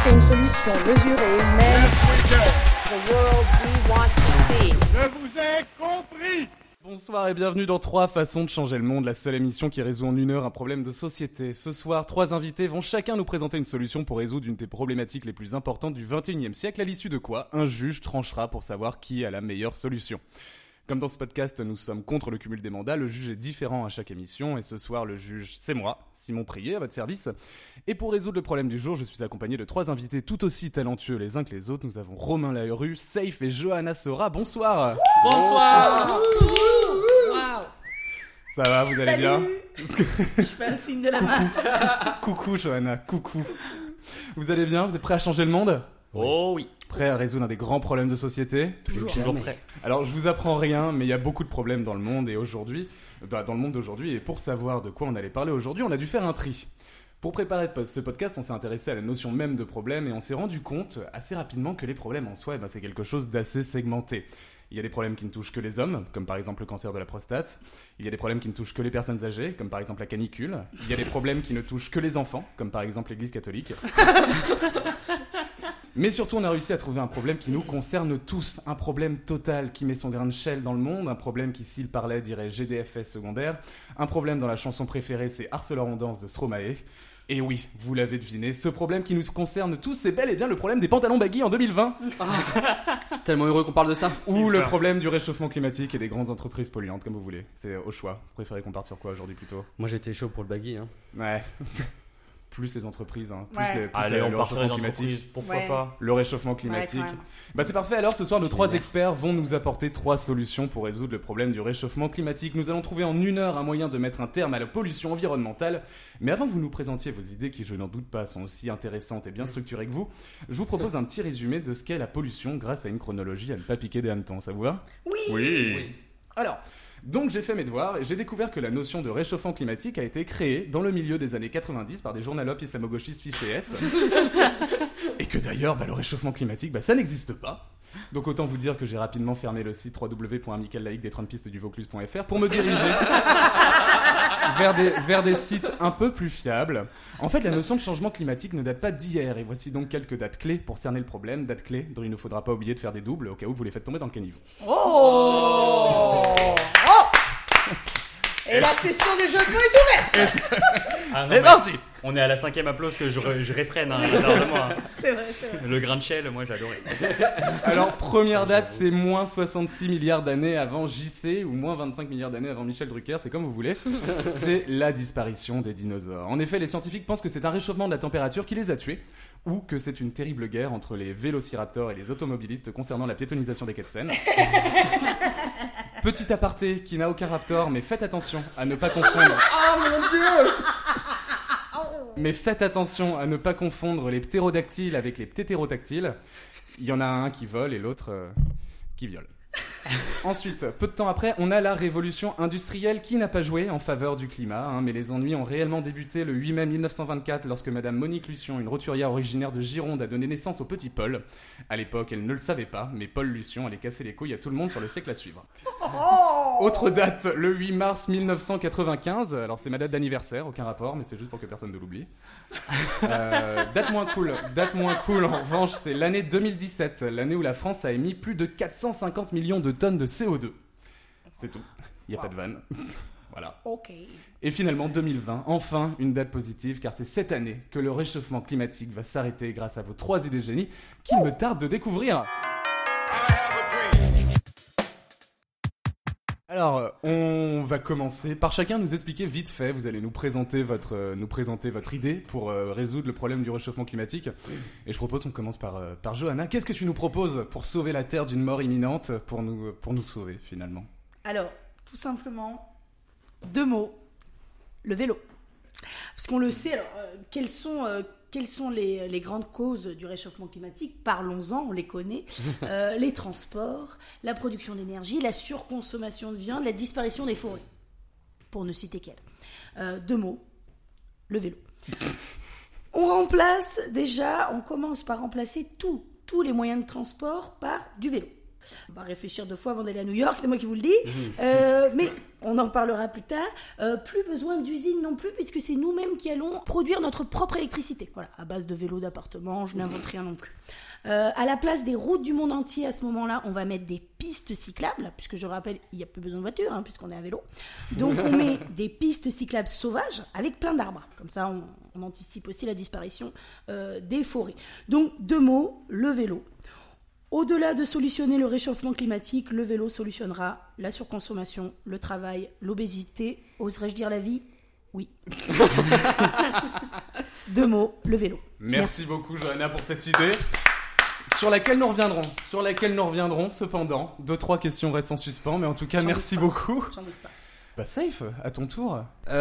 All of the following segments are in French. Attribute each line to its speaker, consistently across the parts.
Speaker 1: apporter une solution mesurée, humaine. The world we want to see.
Speaker 2: Je vous ai compris.
Speaker 3: Bonsoir et bienvenue dans 3 façons de changer le monde, la seule émission qui résout en 1 heure un problème de société. Ce soir, 3 invités vont chacun nous présenter une solution pour résoudre une des problématiques les plus importantes du 21e siècle, à l'issue de quoi un juge tranchera pour savoir qui a la meilleure solution. Comme dans ce podcast, nous sommes contre le cumul des mandats, le juge est différent à chaque émission, et ce soir, le juge, c'est moi, Simon Prier, à votre service. Et pour résoudre le problème du jour, je suis accompagné de 3 invités tout aussi talentueux les uns que les autres. Nous avons Romain Laherue, Safe et Johanna Sora. Bonsoir.
Speaker 4: Bonsoir.
Speaker 3: Ça va, vous allez bien?
Speaker 4: Je fais un signe de la main.
Speaker 3: Coucou Johanna, coucou. Vous allez bien? Vous êtes prêts à changer le monde?
Speaker 4: Oh oui.
Speaker 3: Prêt à résoudre un des grands problèmes de société?
Speaker 4: Toujours prêt.
Speaker 3: Alors, je vous apprends rien, mais il y a beaucoup de problèmes dans le monde et aujourd'hui, dans le monde d'aujourd'hui, et pour savoir de quoi on allait parler aujourd'hui, on a dû faire un tri. Pour préparer ce podcast, on s'est intéressé à la notion même de problème et on s'est rendu compte assez rapidement que les problèmes en soi, c'est quelque chose d'assez segmenté. Il y a des problèmes qui ne touchent que les hommes, comme par exemple le cancer de la prostate. Il y a des problèmes qui ne touchent que les personnes âgées, comme par exemple la canicule. Il y a des problèmes qui ne touchent que les enfants, comme par exemple l'Église catholique. Mais surtout, on a réussi à trouver un problème qui nous concerne tous. Un problème total qui met son grain de sel dans le monde. Un problème qui, s'il parlait, dirait GDFS secondaire. Un problème dont la chanson préférée, c'est Harceleur en danse de Stromae. Et oui, vous l'avez deviné, ce problème qui nous concerne tous, c'est bel et bien le problème des pantalons baggy en 2020.
Speaker 5: Tellement heureux qu'on parle de ça.
Speaker 3: Ou le problème du réchauffement climatique et des grandes entreprises polluantes, comme vous voulez. C'est au choix. Vous préférez qu'on parte sur quoi aujourd'hui plutôt?
Speaker 5: Moi j'étais chaud pour le baggy.
Speaker 3: Ouais. Plus les entreprises, plus
Speaker 4: Allez, on
Speaker 3: le
Speaker 4: part sur les
Speaker 3: réchauffement climatique.
Speaker 4: entreprises, pourquoi pas.
Speaker 3: Le réchauffement climatique. C'est parfait. Alors ce soir, nos 3 experts vont nous apporter 3 solutions pour résoudre le problème du réchauffement climatique. Nous allons trouver en 1 heure un moyen de mettre un terme à la pollution environnementale. Mais avant que vous nous présentiez vos idées, qui je n'en doute pas sont aussi intéressantes et bien structurées que vous, je vous propose un petit résumé de ce qu'est la pollution grâce à une chronologie à ne pas piquer des hannetons. Ça vous va?
Speaker 4: Oui.
Speaker 3: Alors, donc j'ai fait mes devoirs et j'ai découvert que la notion de réchauffement climatique a été créée dans le milieu des années 90 par des journalopes islamo-gauchistes fichés S. Et que d'ailleurs, le réchauffement climatique, ça n'existe pas. Donc autant vous dire que j'ai rapidement fermé le site www.amicallelaïque-des-trumpistes-du-vaucluse.fr pour me diriger vers des sites un peu plus fiables. En fait, la notion de changement climatique ne date pas d'hier, et voici donc quelques dates clés pour cerner le problème. Dates clés dont il ne faudra pas oublier de faire des doubles au cas où vous les faites tomber dans le caniveau.
Speaker 4: Et la session des jeux de mots est ouverte.
Speaker 3: C'est parti.
Speaker 4: On est à la 5e applause que je réfrène à l'intérieur de moi.
Speaker 6: C'est vrai.
Speaker 4: Le grain de shell, moi j'adorais.
Speaker 3: Alors, première date, c'est moins 66 milliards d'années avant JC ou moins 25 milliards d'années avant Michel Drucker, c'est comme vous voulez. C'est la disparition des dinosaures. En effet, les scientifiques pensent que c'est un réchauffement de la température qui les a tués, ou que c'est une terrible guerre entre les vélociraptors et les automobilistes concernant la piétonisation des quais de Seine. Petit aparté qui n'a aucun raptor, mais faites attention à ne pas confondre. Oh mon Dieu! Mais faites attention à ne pas confondre les ptérodactyles avec les ptétérodactyles. Il y en a un qui vole et l'autre qui viole. Ensuite, peu de temps après, on a la révolution industrielle qui n'a pas joué en faveur du climat, mais les ennuis ont réellement débuté le 8 mai 1924 lorsque Madame Monique Lucion, une roturière originaire de Gironde, a donné naissance au petit Paul. À l'époque, elle ne le savait pas, mais Paul Lucion allait casser les couilles à tout le monde sur le siècle à suivre. Autre date, le 8 mars 1995, alors c'est ma date d'anniversaire, aucun rapport, mais c'est juste pour que personne ne l'oublie. Date moins cool en revanche, c'est l'année 2017, l'année où la France a émis plus de 450 millions de tonnes de CO2. C'est tout, il n'y a pas de vanne. Voilà.
Speaker 6: Ok.
Speaker 3: Et finalement 2020, enfin une date positive, car c'est cette année que le réchauffement climatique va s'arrêter grâce à vos 3 idées génies qu'il me tarde de découvrir. Alors, on va commencer par chacun nous expliquer vite fait. Vous allez nous présenter votre idée pour résoudre le problème du réchauffement climatique. Et je propose qu'on commence par Johanna. Qu'est-ce que tu nous proposes pour sauver la Terre d'une mort imminente, pour nous sauver finalement?
Speaker 6: Alors, tout simplement, 2 mots. Le vélo. Parce qu'on le sait, alors, quelles sont les grandes causes du réchauffement climatique? Parlons-en, on les connaît. Les transports, la production d'énergie, la surconsommation de viande, la disparition des forêts. Pour ne citer qu'elles. 2 mots. Le vélo. On commence par remplacer tous les moyens de transport par du vélo. On va réfléchir 2 fois avant d'aller à New York, c'est moi qui vous le dis. Mais on en parlera plus tard. Plus besoin d'usine non plus, puisque c'est nous-mêmes qui allons produire notre propre électricité. Voilà, à base de vélos d'appartement, je n'invente rien non plus. À la place des routes du monde entier, à ce moment-là, on va mettre des pistes cyclables, puisque je rappelle, il n'y a plus besoin de voiture, puisqu'on est à vélo. Donc on met des pistes cyclables sauvages avec plein d'arbres. Comme ça, on anticipe aussi la disparition des forêts. Donc 2 mots, le vélo. Au-delà de solutionner le réchauffement climatique, le vélo solutionnera la surconsommation, le travail, l'obésité, oserais-je dire la vie ? Oui. 2 mots, le vélo.
Speaker 3: Merci beaucoup, Johanna, pour cette idée. Sur laquelle nous reviendrons, cependant. 2-3 questions restent en suspens, mais en tout cas, merci beaucoup.
Speaker 6: J'en doute pas.
Speaker 3: Bah, Safe, à ton tour.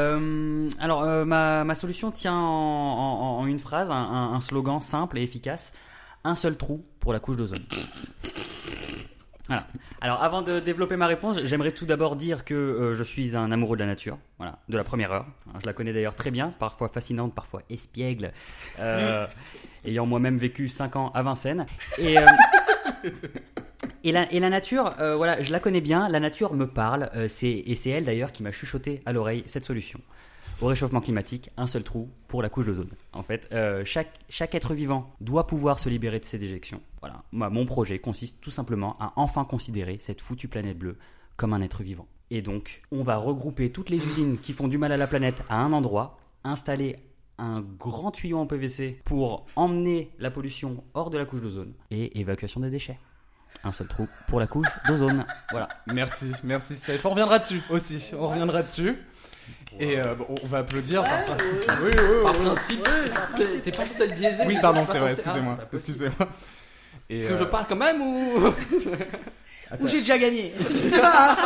Speaker 4: Ma solution tient en une phrase, un slogan simple et efficace. Un seul trou pour la couche d'ozone. Voilà. Alors, avant de développer ma réponse, j'aimerais tout d'abord dire que je suis un amoureux de la nature, voilà, de la première heure. Alors, je la connais d'ailleurs très bien, parfois fascinante, parfois espiègle, ayant moi-même vécu 5 ans à Vincennes. Et la nature, voilà, je la connais bien, la nature me parle, c'est elle d'ailleurs qui m'a chuchoté à l'oreille cette solution. Au réchauffement climatique, un seul trou pour la couche d'ozone. En fait, chaque être vivant doit pouvoir se libérer de ses déjections. Voilà. Mon projet consiste tout simplement à enfin considérer cette foutue planète bleue comme un être vivant. Et donc, on va regrouper toutes les usines qui font du mal à la planète à un endroit, installer un grand tuyau en PVC pour emmener la pollution hors de la couche d'ozone et évacuation des déchets. Un seul trou pour la couche d'ozone. Voilà.
Speaker 3: Merci Safe. On reviendra dessus aussi. Et on va applaudir par principe. Oui.
Speaker 5: Par principe, t'es pas censé être biaisé.
Speaker 3: Oui,
Speaker 5: t'es
Speaker 3: pardon,
Speaker 5: pas
Speaker 3: c'est vrai,
Speaker 5: censé-
Speaker 3: excusez-moi.
Speaker 5: c'est pas possible.
Speaker 3: Et,
Speaker 5: Est-ce que je parle quand même ou
Speaker 6: Ou j'ai déjà gagné. Je sais pas.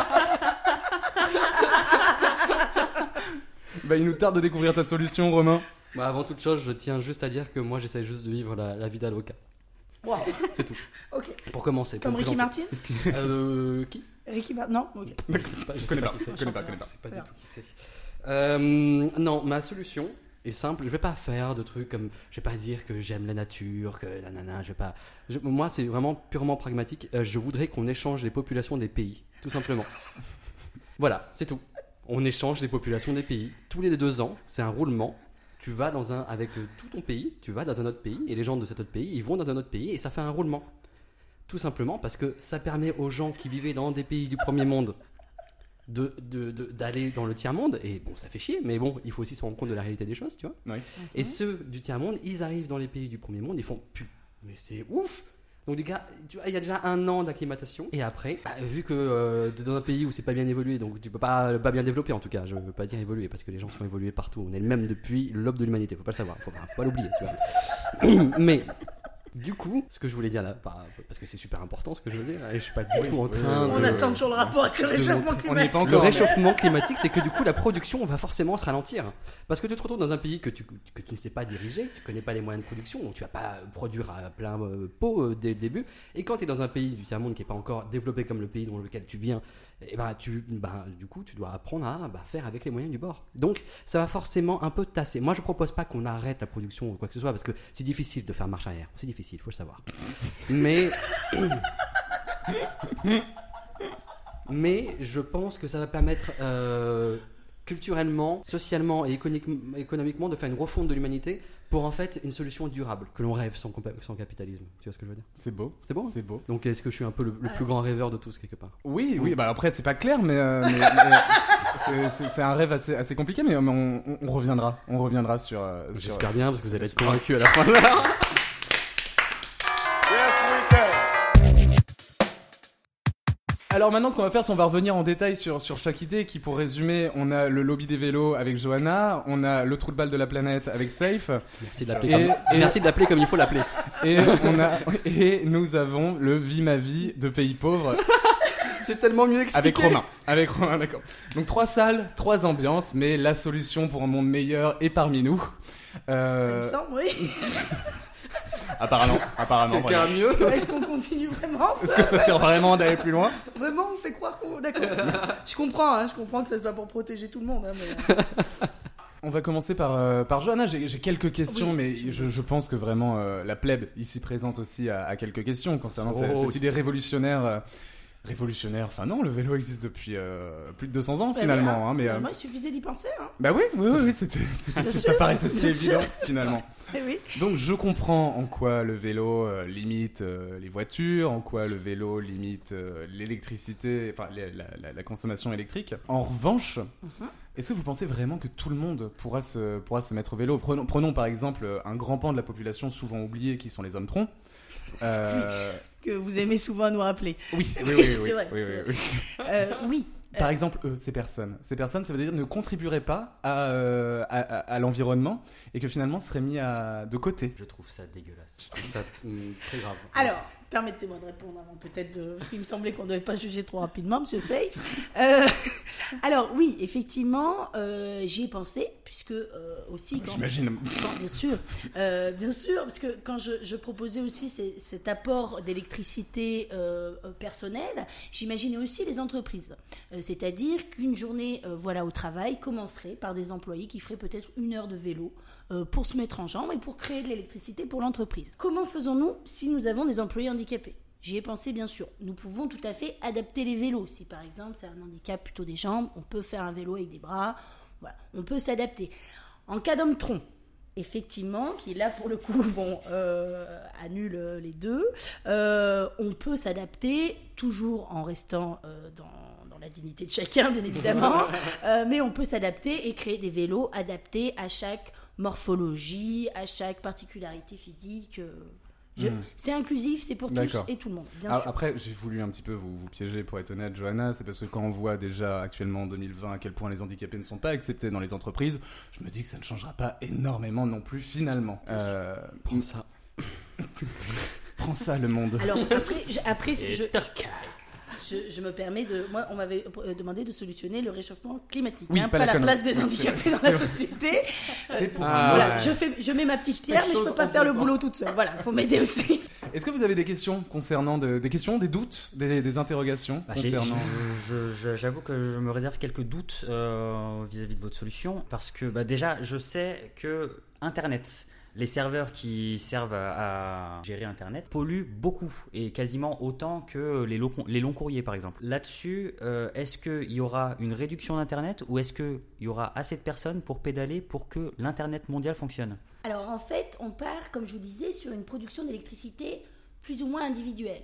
Speaker 3: Bah, il nous tarde de découvrir ta solution, Romain.
Speaker 5: Bah, avant toute chose, je tiens juste à dire que moi j'essaie juste de vivre la vie d'avocat.
Speaker 6: Wow.
Speaker 5: C'est tout.
Speaker 6: Ok.
Speaker 5: Pour commencer.
Speaker 6: Comme
Speaker 5: pour
Speaker 6: Ricky
Speaker 5: présenter.
Speaker 6: Martin
Speaker 5: Qui
Speaker 6: Ricky Martin. Non. Ok.
Speaker 5: Je
Speaker 3: connais pas.
Speaker 5: qui c'est.
Speaker 3: Je connais pas.
Speaker 5: Je sais pas
Speaker 6: Pas
Speaker 5: du
Speaker 6: grave.
Speaker 5: tout qui c'est. Non, ma solution est simple. Je vais pas faire de trucs comme. Je vais pas dire que j'aime la nature, que nanana. Moi, c'est vraiment purement pragmatique. Je voudrais qu'on échange les populations des pays, tout simplement. Voilà, c'est tout. On échange les populations des pays. Tous les 2 ans, c'est un roulement. Tu vas avec tout ton pays, tu vas dans un autre pays, et les gens de cet autre pays, ils vont dans un autre pays, et ça fait un roulement. Tout simplement parce que ça permet aux gens qui vivaient dans des pays du premier monde d'aller dans le tiers-monde, et bon, ça fait chier, mais bon, il faut aussi se rendre compte de la réalité des choses, tu vois.
Speaker 3: Oui.
Speaker 5: Et ceux du tiers-monde, ils arrivent dans les pays du premier monde, ils font mais c'est ouf! Donc les gars, tu vois, il y a déjà 1 an d'acclimatation, et après, vu que t'es dans un pays où c'est pas bien évolué, donc tu peux pas bien développer, en tout cas, je veux pas dire évoluer, parce que les gens sont évolués partout, on est le même depuis l'aube de l'humanité, faut pas le savoir, faut pas l'oublier, tu vois. Mais du coup, ce que je voulais dire là, parce que c'est super important ce que je veux dire, et je suis pas du tout en train de...
Speaker 6: On attend toujours le rapport avec le réchauffement
Speaker 3: On n'y est
Speaker 6: climatique.
Speaker 3: pas
Speaker 5: Le
Speaker 3: encore.
Speaker 5: réchauffement climatique, c'est que du coup la production va forcément se ralentir. Parce que tu te retrouves dans un pays que tu ne sais pas diriger, tu connais pas les moyens de production, donc tu vas pas produire à plein pot dès le début. Et quand tu es dans un pays du tiers-monde qui n'est pas encore développé comme le pays dans lequel tu viens, et du coup tu dois apprendre à faire avec les moyens du bord. Donc ça va forcément un peu tasser. Moi je propose pas qu'on arrête la production ou quoi que ce soit, parce que c'est difficile de faire marche arrière. C'est difficile, faut le savoir. Mais je pense que ça va permettre culturellement, socialement et économiquement de faire une refonte de l'humanité pour en fait une solution durable que l'on rêve sans capitalisme. Tu vois ce que je veux dire?
Speaker 3: C'est beau.
Speaker 5: C'est bon?
Speaker 3: C'est beau.
Speaker 5: Donc est-ce que je suis un peu le plus grand rêveur de tous quelque part?
Speaker 3: Oui, bah après c'est pas clair, mais c'est un rêve assez compliqué, mais on reviendra sur.
Speaker 5: J'espère bien parce que vous allez être convaincus à la fin de l'heure.
Speaker 2: Yes, we can.
Speaker 3: Alors maintenant, ce qu'on va faire, c'est on va revenir en détail sur chaque idée. Qui, pour résumer, on a le lobby des vélos avec Johanna, on a le trou de balle de la planète avec Safe,
Speaker 5: Merci de l'appeler comme il faut l'appeler.
Speaker 3: et nous avons le Vie ma vie de pays pauvres
Speaker 5: C'est tellement mieux expliqué.
Speaker 3: avec Romain, d'accord. Donc 3 salles, 3 ambiances, mais la solution pour un monde meilleur est parmi nous.
Speaker 6: Il me semble, oui.
Speaker 3: Apparemment.
Speaker 5: Quelqu'un a
Speaker 3: Vraiment.
Speaker 5: mieux?
Speaker 6: Est-ce qu'on continue vraiment
Speaker 3: Est-ce que ça sert vraiment d'aller plus loin?
Speaker 6: Vraiment, on fait croire qu'on... D'accord. Je comprends que ça soit pour protéger tout le monde. Mais...
Speaker 3: On va commencer par Johanna. J'ai quelques questions, mais je pense que vraiment la plèbe ici présente aussi a quelques questions concernant cette idée révolutionnaire. Révolutionnaire, enfin non, le vélo existe depuis plus de 200 ans finalement. Hein, mais,
Speaker 6: moi, il suffisait d'y penser. Hein.
Speaker 3: Bah oui, ça paraissait si évident finalement.
Speaker 6: Oui.
Speaker 3: Donc je comprends en quoi le vélo limite les voitures, en quoi le vélo limite l'électricité, enfin la consommation électrique. En revanche, est-ce que vous pensez vraiment que tout le monde pourra se mettre au vélo ? Prenons par exemple un grand pan de la population souvent oublié qui sont les hommes troncs.
Speaker 6: Que vous aimez souvent nous rappeler.
Speaker 3: Oui,
Speaker 6: c'est vrai. Oui.
Speaker 3: Par exemple, ces personnes, ça veut dire ne contribueraient pas à l'environnement et que finalement seraient mis de côté.
Speaker 4: Je trouve ça dégueulasse.
Speaker 5: Je trouve ça très grave.
Speaker 6: Alors, permettez-moi de répondre avant peut-être parce qu'il me semblait qu'on ne devait pas juger trop rapidement, Monsieur Safe. Alors oui, effectivement, j'y ai pensé puisque aussi quand,
Speaker 3: j'imagine.
Speaker 6: Bien sûr, parce que quand je proposais aussi cet apport d'électricité personnelle, j'imaginais aussi les entreprises. C'est-à-dire qu'une journée au travail commencerait par des employés qui feraient peut-être 1 heure de vélo pour se mettre en jambe et pour créer de l'électricité pour l'entreprise. Comment faisons-nous si nous avons des employés handicapés ? J'y ai pensé bien sûr. Nous pouvons tout à fait adapter les vélos. Si par exemple c'est un handicap plutôt des jambes, on peut faire un vélo avec des bras. Voilà, on peut s'adapter. En cas d'homme tronc, effectivement, qui là pour le coup annule les deux, on peut s'adapter toujours en restant dans la dignité de chacun bien évidemment, mais on peut s'adapter et créer des vélos adaptés à chaque morphologie, à chaque particularité physique. C'est inclusif, c'est pour tous et tout le monde, bien sûr.
Speaker 3: Après, j'ai voulu un petit peu vous piéger, pour être honnête, Johanna, c'est parce que quand on voit déjà actuellement en 2020 à quel point les handicapés ne sont pas acceptés dans les entreprises, je me dis que ça ne changera pas énormément non plus finalement.
Speaker 5: Prends ça.
Speaker 3: Prends ça, le monde.
Speaker 6: Alors après je me permets moi, on m'avait demandé de solutionner le réchauffement climatique, pas la place des handicapés dans la société.
Speaker 3: C'est pour
Speaker 6: voilà, je mets ma petite pierre, mais je peux pas faire le boulot toute seule. Voilà, faut m'aider aussi.
Speaker 3: Est-ce que vous avez des questions concernant des questions, des doutes, des interrogations concernant
Speaker 4: J'avoue que je me réserve quelques doutes vis-à-vis de votre solution, parce que déjà, je sais que Internet, les serveurs qui servent à gérer Internet polluent beaucoup et quasiment autant que les longs courriers par exemple. Là-dessus, est-ce qu'il y aura une réduction d'Internet ou est-ce qu'il y aura assez de personnes pour pédaler pour que l'Internet mondial fonctionne ?
Speaker 6: Alors en fait, on part, comme je vous disais, sur une production d'électricité plus ou moins individuelle.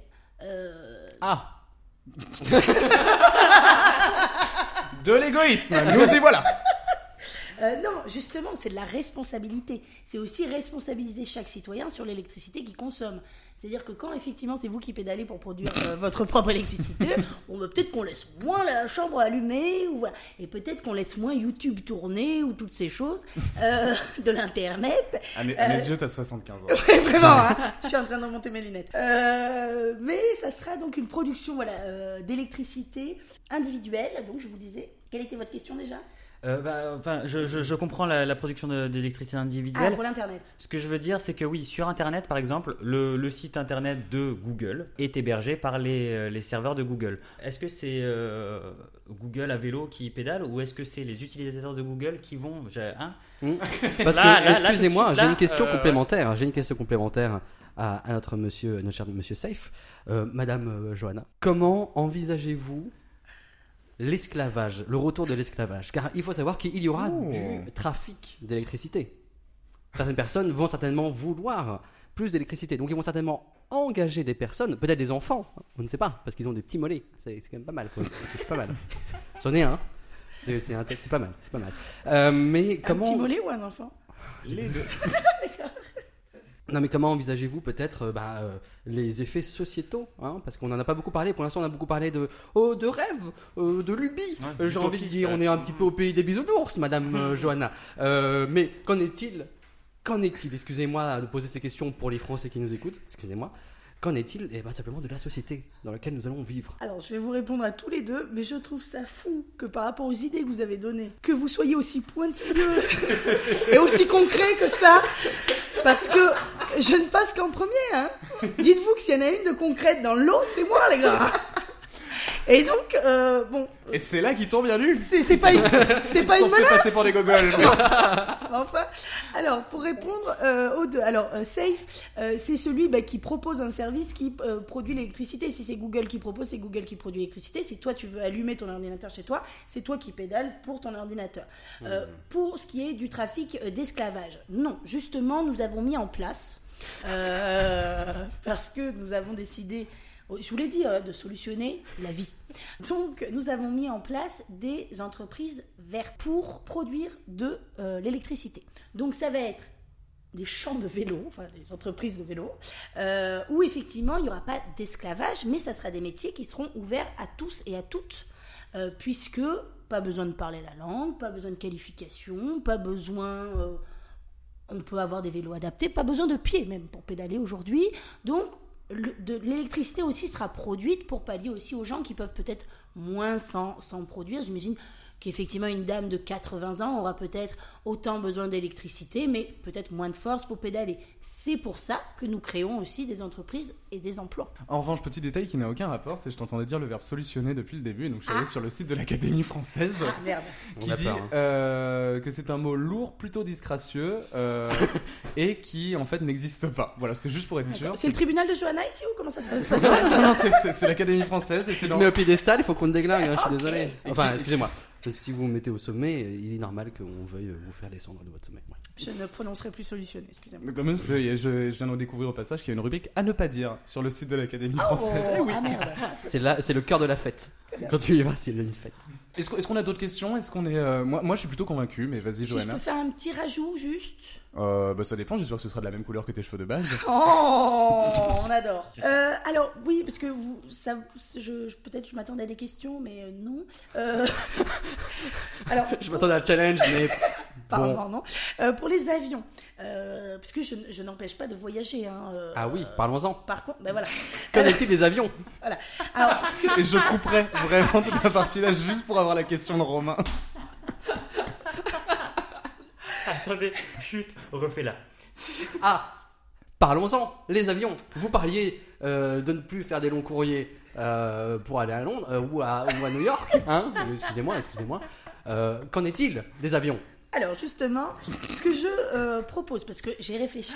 Speaker 3: De l'égoïsme, nous y voilà.
Speaker 6: Non, justement, c'est de la responsabilité. C'est aussi responsabiliser chaque citoyen sur l'électricité qu'il consomme. C'est-à-dire que quand effectivement c'est vous qui pédalez pour produire votre propre électricité, peut-être qu'on laisse moins la chambre allumée, ou voilà. Et peut-être qu'on laisse moins YouTube tourner, ou toutes ces choses, de l'internet.
Speaker 3: À mes yeux, t'as 75 ans.
Speaker 6: Ouais, vraiment, je suis en train de remonter mes lunettes. Mais ça sera donc une production d'électricité individuelle. Donc je vous disais, quelle était votre question déjà ?
Speaker 4: Je comprends la production d'électricité individuelle.
Speaker 6: Pour l'internet.
Speaker 4: Ce que je veux dire, c'est que oui, sur internet par exemple, le site internet de Google est hébergé par les serveurs de Google. Est-ce que c'est Google à vélo qui pédale ou est-ce que c'est les utilisateurs de Google qui vont
Speaker 5: Parce que, excusez-moi, j'ai une question complémentaire. J'ai une question complémentaire à notre cher monsieur Safe. Madame Johanna, comment envisagez-vous l'esclavage, le retour de l'esclavage? Car il faut savoir qu'il y aura du trafic d'électricité. Certaines personnes vont certainement vouloir plus d'électricité. Donc ils vont certainement engager des personnes, peut-être des enfants, on ne sait pas, parce qu'ils ont des petits mollets. C'est quand même pas mal, quoi. C'est pas mal. J'en ai un. C'est pas mal. Mais comment...
Speaker 6: Un petit mollet ou un enfant?
Speaker 3: Les deux.
Speaker 5: Non, mais comment envisagez-vous peut-être les effets sociétaux, parce qu'on n'en a pas beaucoup parlé. Pour l'instant, on a beaucoup parlé de rêves, de lubies. J'ai envie de dire, on est un petit peu au pays des bisounours, Madame Johanna. Mais qu'en est-il? Excusez-moi de poser ces questions pour les Français qui nous écoutent. Excusez-moi. Qu'en est-il simplement de la société dans laquelle nous allons vivre?
Speaker 6: Alors, je vais vous répondre à tous les deux, mais je trouve ça fou que par rapport aux idées que vous avez données, que vous soyez aussi pointilleux et aussi concret que ça, parce que je ne passe qu'en premier. Dites-vous que s'il y en a une de concrète dans l'eau, c'est moi, les gars. Et donc, bon,
Speaker 3: Et c'est là qu'ils tombent bien nul.
Speaker 6: c'est pas une
Speaker 3: Ils
Speaker 6: menace.
Speaker 3: passer pour des gogoles.
Speaker 6: Enfin, alors pour répondre aux deux, alors Safe, c'est celui qui propose un service qui produit l'électricité. Si c'est Google qui propose, c'est Google qui produit l'électricité. Si toi tu veux allumer ton ordinateur chez toi, c'est toi qui pédales pour ton ordinateur. Pour ce qui est du trafic d'esclavage, non, justement, nous avons mis en place parce que nous avons décidé. Je vous l'ai dit, de solutionner la vie. Donc, nous avons mis en place des entreprises vertes pour produire de l'électricité. Donc, ça va être des champs de vélo, enfin des entreprises de vélo, où effectivement, il n'y aura pas d'esclavage, mais ça sera des métiers qui seront ouverts à tous et à toutes, puisque pas besoin de parler la langue, pas besoin de qualification, pas besoin... on peut avoir des vélos adaptés, pas besoin de pieds même pour pédaler aujourd'hui. Donc, de l'électricité aussi sera produite pour pallier aussi aux gens qui peuvent peut-être moins s'en produire. J'imagine qu'effectivement une dame de 80 ans aura peut-être autant besoin d'électricité, mais peut-être moins de force pour pédaler. C'est pour ça que nous créons aussi des entreprises et des emplois.
Speaker 3: En revanche, petit détail qui n'a aucun rapport, c'est que je t'entendais dire le verbe solutionner depuis le début, donc je suis allé sur le site de l'Académie française
Speaker 6: Merde.
Speaker 3: qui dit que c'est un mot lourd, plutôt disgracieux et qui en fait n'existe pas. Voilà, c'était juste pour être sûr.
Speaker 6: C'est le tribunal de Johanna ici ou comment ça se passe?
Speaker 3: Non, c'est l'Académie française et c'est dans...
Speaker 5: Mais au piédestal, il faut qu'on déglingue, je suis désolé. Enfin, excusez-moi. Si vous vous mettez au sommet, il est normal qu'on veuille vous faire descendre de votre sommet. Ouais.
Speaker 6: Je ne prononcerai plus solutionner, excusez-moi.
Speaker 3: Donc, même, je viens de découvrir au passage qu'il y a une rubrique à ne pas dire sur le site de l'Académie française.
Speaker 6: Ah merde.
Speaker 5: C'est le cœur de la fête. Quand tu y vas, c'est une fête.
Speaker 3: Est-ce qu'on a d'autres questions? Est-ce qu'on est moi je suis plutôt convaincu, mais vas-y
Speaker 6: Si je
Speaker 3: Johanna.
Speaker 6: peux faire un petit rajout juste.
Speaker 3: Ça dépend, j'espère que ce sera de la même couleur que tes cheveux de base.
Speaker 6: Oh, on adore. Alors oui, parce que peut-être je m'attendais à des questions, mais non. Alors,
Speaker 5: Je m'attendais à un challenge, mais
Speaker 6: pardon, non. Pour les avions, parce que je n'empêche pas de voyager.
Speaker 5: ah oui, parlons-en.
Speaker 6: Par contre, voilà.
Speaker 5: Qu'en est-il des avions?
Speaker 6: Voilà. Alors,
Speaker 3: Et je couperai vraiment toute la partie là juste pour avoir la question de Romain.
Speaker 4: Attendez, chut, refais-la.
Speaker 5: Ah, parlons-en, les avions. Vous parliez de ne plus faire des longs courriers pour aller à Londres ou à New York. Hein, excusez-moi. Qu'en est-il des avions?
Speaker 6: Alors justement, ce que je propose, parce que j'ai réfléchi,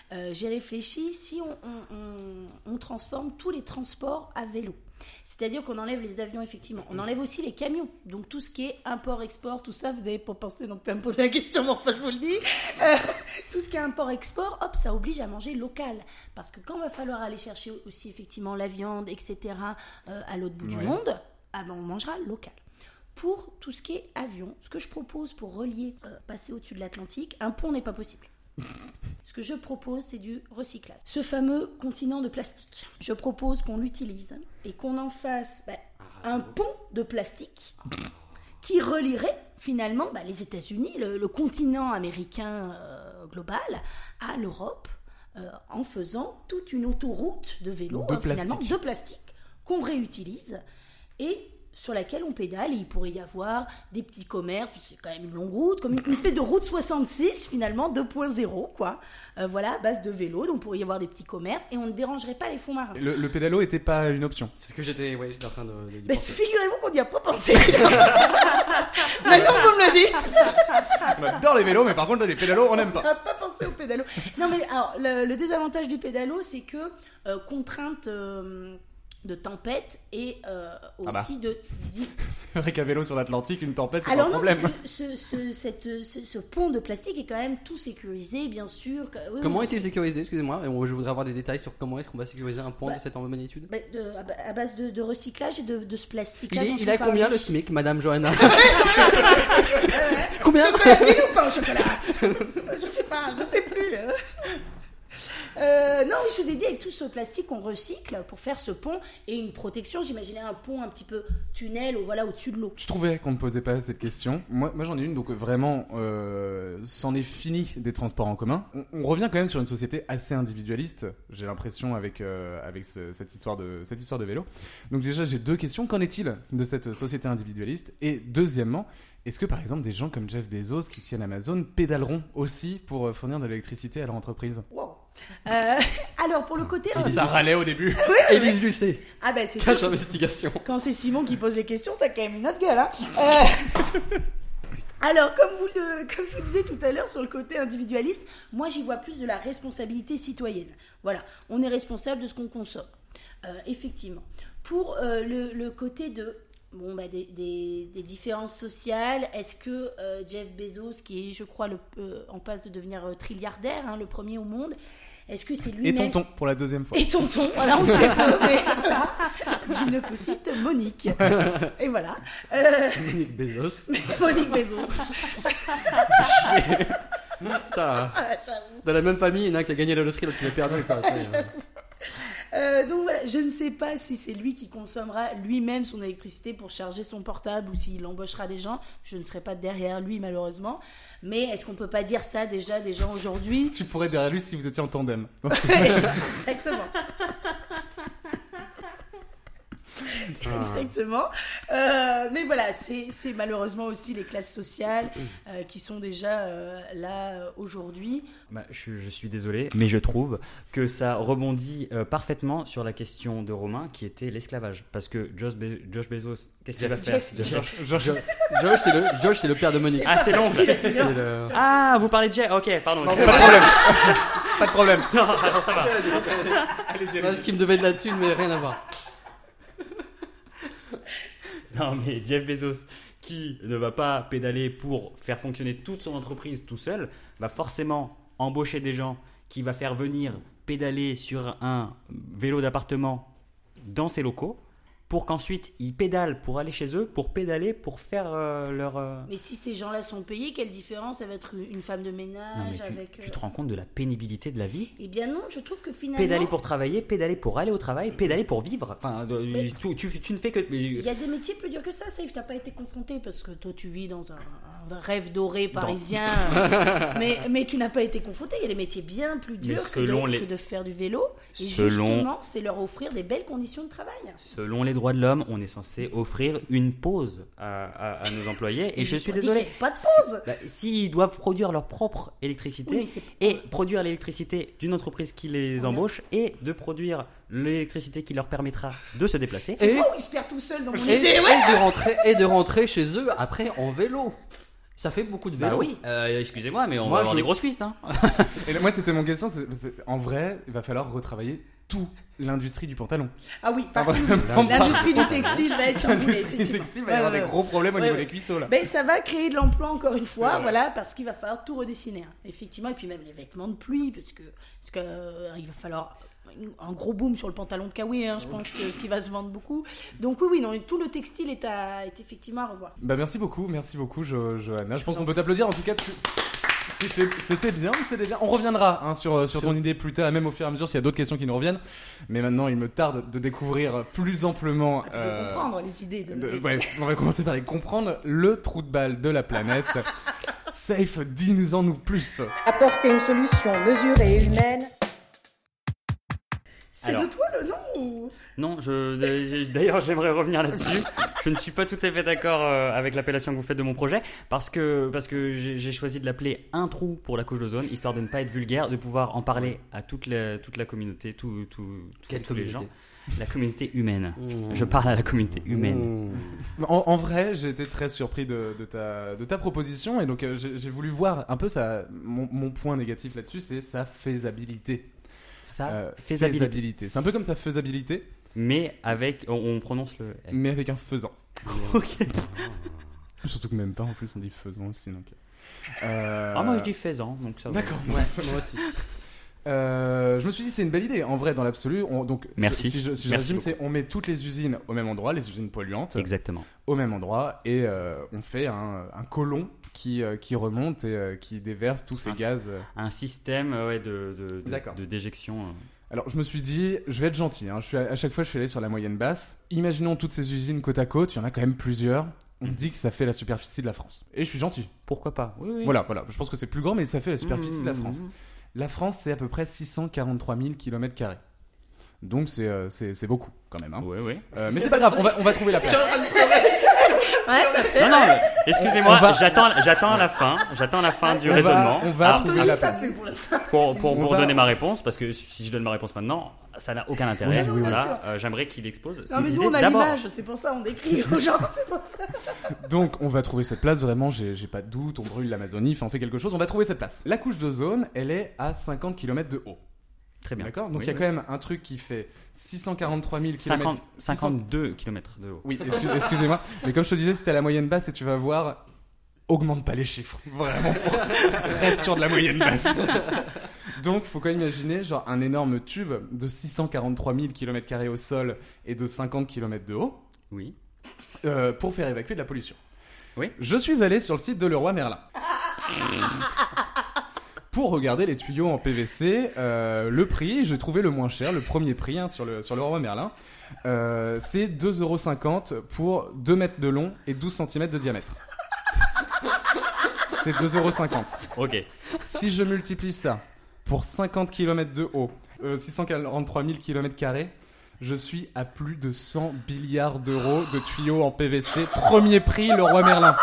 Speaker 6: si on transforme tous les transports à vélo. C'est-à-dire qu'on enlève les avions, effectivement. On enlève aussi les camions. Donc tout ce qui est import-export, tout ça, vous n'avez pas pensé non plus à me poser la question, mais enfin je vous le dis. Tout ce qui est import-export, hop, ça oblige à manger local. Parce que quand il va falloir aller chercher aussi effectivement la viande, etc., à l'autre bout du monde, on mangera local. Pour tout ce qui est avion, ce que je propose pour relier, passer au-dessus de l'Atlantique, un pont n'est pas possible. Ce que je propose, c'est du recyclage. Ce fameux continent de plastique, je propose qu'on l'utilise et qu'on en fasse un pont de plastique qui relierait finalement les États-Unis, le continent américain global, à l'Europe, en faisant toute une autoroute de vélo, finalement, de plastique qu'on réutilise et sur laquelle on pédale, et il pourrait y avoir des petits commerces, c'est quand même une longue route, comme une espèce de route 66 finalement, 2.0 quoi, voilà, à base de vélo, donc il pourrait y avoir des petits commerces, et on ne dérangerait pas les fonds marins.
Speaker 3: Le pédalo était pas une option.
Speaker 5: C'est ce que j'étais en train de
Speaker 6: figurez-vous qu'on n'y a pas pensé. Maintenant vous me le dites.
Speaker 3: On adore les vélos, mais par contre les pédalos on n'aime pas.
Speaker 6: On n'a pas pensé au pédalo. Non mais alors, le désavantage du pédalo, c'est que contrainte... de tempête et aussi de...
Speaker 3: C'est vrai qu'à vélo sur l'Atlantique, une tempête, c'est
Speaker 6: alors
Speaker 3: pas un problème.
Speaker 6: Parce que ce pont de plastique est quand même tout sécurisé, bien sûr.
Speaker 5: Comment est-il sécurisé? Excusez-moi, je voudrais avoir des détails sur comment est-ce qu'on va sécuriser un pont de cette magnitude.
Speaker 6: À base de recyclage et de ce plastique.
Speaker 5: Il a combien le SMIC, Madame Johanna?
Speaker 6: Combien? Chocolatine ou pas au chocolat? Je sais plus. Non, je vous ai dit, avec tout ce plastique qu'on recycle pour faire ce pont et une protection, j'imaginais un pont un petit peu tunnel au-dessus de l'eau.
Speaker 3: Je trouvais qu'on ne posait pas cette question. Moi j'en ai une, donc vraiment, c'en est fini des transports en commun. On revient quand même sur une société assez individualiste, j'ai l'impression, avec cette histoire de vélo. Donc déjà, j'ai deux questions. Qu'en est-il de cette société individualiste? Et deuxièmement, est-ce que par exemple des gens comme Jeff Bezos qui tiennent Amazon pédaleront aussi pour fournir de l'électricité à leur entreprise?
Speaker 6: Wow. Alors, pour le côté...
Speaker 3: Ça râlait au début.
Speaker 5: Élise Lucet,
Speaker 6: Ah ben, c'est
Speaker 5: cache
Speaker 6: sûr.
Speaker 5: investigation.
Speaker 6: Quand c'est Simon qui pose les questions, ça a quand même une autre gueule. Hein. Alors, comme je vous disais tout à l'heure sur le côté individualiste, moi j'y vois plus de la responsabilité citoyenne. Voilà, on est responsable de ce qu'on consomme. Effectivement. Pour le côté de des différences sociales, est-ce que Jeff Bezos, qui est, je crois, en passe de devenir trilliardaire, hein, le premier au monde, est-ce que c'est lui-même...
Speaker 3: Et tonton, pour la deuxième fois.
Speaker 6: Et tonton, voilà, on ne sait pas, mais voilà, d'une petite Monique. Et voilà.
Speaker 5: Monique Bezos.
Speaker 6: Monique Bezos.
Speaker 5: Putain, dans la même famille, il y en a un qui a gagné la loterie, l'autre qui l'a perdu. Quoi,
Speaker 6: Donc voilà, je ne sais pas si c'est lui qui consommera lui-même son électricité pour charger son portable ou s'il embauchera des gens. Je ne serai pas derrière lui malheureusement. Mais est-ce qu'on peut pas dire ça déjà des gens aujourd'hui?
Speaker 3: Tu pourrais derrière lui si vous étiez en tandem.
Speaker 6: Exactement. Exactement. Mais voilà, c'est malheureusement aussi les classes sociales qui sont déjà là aujourd'hui.
Speaker 4: Je suis désolé, mais je trouve que ça rebondit parfaitement sur la question de Romain qui était l'esclavage. Parce que Josh Bezos, qu'est-ce qu'il va faire?
Speaker 5: Josh, c'est le père de Monique.
Speaker 4: Ah, c'est long.
Speaker 5: C'est le...
Speaker 4: Ah, vous parlez de Jeff? Ok, pardon.
Speaker 3: Pas de problème. Pas de problème.
Speaker 4: Non, alors ça va.
Speaker 5: Parce qu'il me devait de la thune, mais rien à voir.
Speaker 4: Non, mais Jeff Bezos, qui ne va pas pédaler pour faire fonctionner toute son entreprise tout seul, va forcément embaucher des gens qui va faire venir pédaler sur un vélo d'appartement dans ses locaux pour qu'ensuite ils pédalent pour aller chez eux, pour pédaler, pour faire leur...
Speaker 6: Mais si ces gens-là sont payés, quelle différence? Ça va être une femme de ménage
Speaker 4: Non, mais
Speaker 6: avec...
Speaker 4: tu te rends compte de la pénibilité de la vie?
Speaker 6: Eh bien non, je trouve que finalement...
Speaker 4: Pédaler pour travailler, pédaler pour aller au travail, pédaler pour vivre. Enfin, tu ne fais que...
Speaker 6: Il y a des métiers plus durs que ça, Safe. T'as pas été confronté parce que toi tu vis dans un rêve doré parisien, mais tu n'as pas été confronté. Il y a des métiers bien plus durs que de faire du vélo. Et justement, c'est leur offrir des belles conditions de travail.
Speaker 4: Selon les droits de l'homme, on est censé offrir une pause à nos employés. Et je suis désolé.
Speaker 6: Pas de pause.
Speaker 4: S'ils doivent produire leur propre électricité et produire l'électricité d'une entreprise qui les embauche et de produire l'électricité qui leur permettra de se déplacer.
Speaker 6: C'est moi où ils se perdent tout seuls dans mon idée.
Speaker 5: Et de rentrer chez eux après en vélo. Ça fait beaucoup de vélo.
Speaker 4: Bah oui, excusez-moi, mais on va avoir des grosses cuisses. Hein.
Speaker 3: Et là, moi, c'était mon question. En vrai, il va falloir retravailler toute l'industrie du pantalon.
Speaker 6: Ah oui, par contre, l'industrie du textile va être chamboulée, effectivement.
Speaker 3: Le textile va y avoir des gros problèmes au niveau des cuisseaux, là.
Speaker 6: Ben, ça va créer de l'emploi encore une fois, voilà, parce qu'il va falloir tout redessiner. Hein. Effectivement, et puis même les vêtements de pluie, parce que il va falloir un gros boom sur le pantalon de Kawi, hein, je pense que ce qui va se vendre beaucoup. Donc oui, non, tout le textile est effectivement à revoir.
Speaker 3: Bah merci beaucoup, Johanna. Je pense qu'on peut t'applaudir. En tout cas, c'était bien. On reviendra sur ton idée plus tard, même au fur et à mesure s'il y a d'autres questions qui nous reviennent. Mais maintenant, il me tarde de découvrir plus amplement.
Speaker 6: De comprendre les idées.
Speaker 3: Ouais, on va commencer par les comprendre. Le trou de balle de la planète. Safe, dis-nous-en plus.
Speaker 1: Apporter une solution mesurée et humaine.
Speaker 6: C'est de toi le nom ou...
Speaker 4: Non, d'ailleurs j'aimerais revenir là-dessus. Je ne suis pas tout à fait d'accord avec l'appellation que vous faites de mon projet parce que j'ai choisi de l'appeler un trou pour la couche d'ozone, histoire de ne pas être vulgaire, de pouvoir en parler à toute la communauté, tous les gens. La communauté humaine. Je parle à la communauté humaine.
Speaker 3: En vrai, j'ai été très surpris de ta proposition et donc j'ai voulu voir un peu mon point négatif là-dessus, c'est sa faisabilité. Faisabilité. C'est un peu comme sa faisabilité.
Speaker 4: Mais on prononce le F.
Speaker 3: Mais avec un faisan.
Speaker 4: Ok.
Speaker 3: Surtout que même pas, en plus on dit faisan aussi. Donc...
Speaker 4: moi je dis faisan, donc ça va.
Speaker 3: D'accord,
Speaker 5: moi aussi.
Speaker 3: Je me suis dit c'est une belle idée en vrai dans l'absolu. Donc
Speaker 4: merci.
Speaker 3: Si je résume, c'est on met toutes les usines au même endroit, les usines polluantes.
Speaker 4: Exactement. Au
Speaker 3: même endroit et on fait un colon qui remonte et qui déverse tous ces gaz.
Speaker 4: Un système de déjection.
Speaker 3: Alors je me suis dit, je vais être gentil. Hein. À chaque fois je suis allé sur la moyenne basse. Imaginons toutes ces usines côte à côte. Il y en a quand même plusieurs. On dit que ça fait la superficie de la France. Et je suis gentil.
Speaker 4: Pourquoi pas? Oui.
Speaker 3: Voilà. Je pense que c'est plus grand, mais ça fait la superficie de la France. La France, c'est à peu près 643 000 km². Donc c'est beaucoup quand même. Hein.
Speaker 4: Oui.
Speaker 3: Mais c'est pas grave, on va trouver la place.
Speaker 4: Non, non, mais excusez-moi,
Speaker 3: On va-
Speaker 4: j'attends la fin du raisonnement.
Speaker 3: on va
Speaker 4: Ah,
Speaker 3: trouver
Speaker 6: Anthony,
Speaker 3: la
Speaker 6: ça
Speaker 3: place.
Speaker 6: fait pour l'instant.
Speaker 4: pour
Speaker 3: On va-
Speaker 4: donner ma réponse, parce que si je donne ma réponse maintenant, ça n'a aucun intérêt.
Speaker 6: Oui, oui, bien
Speaker 4: voilà, j'aimerais qu'il expose
Speaker 6: Non,
Speaker 4: ses
Speaker 6: mais nous,
Speaker 4: idées
Speaker 6: on a
Speaker 4: d'abord.
Speaker 6: l'image, c'est pour ça, on décrit aux gens, c'est pour ça.
Speaker 3: Donc, on va trouver cette place, vraiment, j'ai pas de doute, on brûle l'Amazonie, enfin, on fait quelque chose, on va trouver cette place. La couche d'ozone, elle est à 50 km de haut.
Speaker 4: Très bien.
Speaker 3: D'accord. Donc, il
Speaker 4: Oui,
Speaker 3: y a
Speaker 4: oui.
Speaker 3: quand même un truc qui fait 643 000 km.
Speaker 4: 52 km de haut.
Speaker 3: Oui, excusez-moi. Mais comme je te disais, c'était à la moyenne basse et tu vas voir, augmente pas les chiffres. Vraiment. Reste sur de la moyenne basse. Donc, faut quand même imaginer, genre, un énorme tube de 643 000 km² au sol et de 50 km de haut,
Speaker 4: Oui.
Speaker 3: pour faire évacuer de la pollution.
Speaker 4: Oui.
Speaker 3: Je suis allé sur le site de Leroy Merlin. Pour regarder les tuyaux en PVC, le prix, j'ai trouvé le moins cher, le premier prix sur le Leroy Merlin. C'est 2,50€ pour 2 mètres de long et 12 cm de diamètre. C'est 2,50€.
Speaker 4: Ok.
Speaker 3: Si je multiplie ça pour 50 km de haut, 643 000 km², je suis à plus de 100 milliards d'euros de tuyaux en PVC. Premier prix, Leroy Merlin.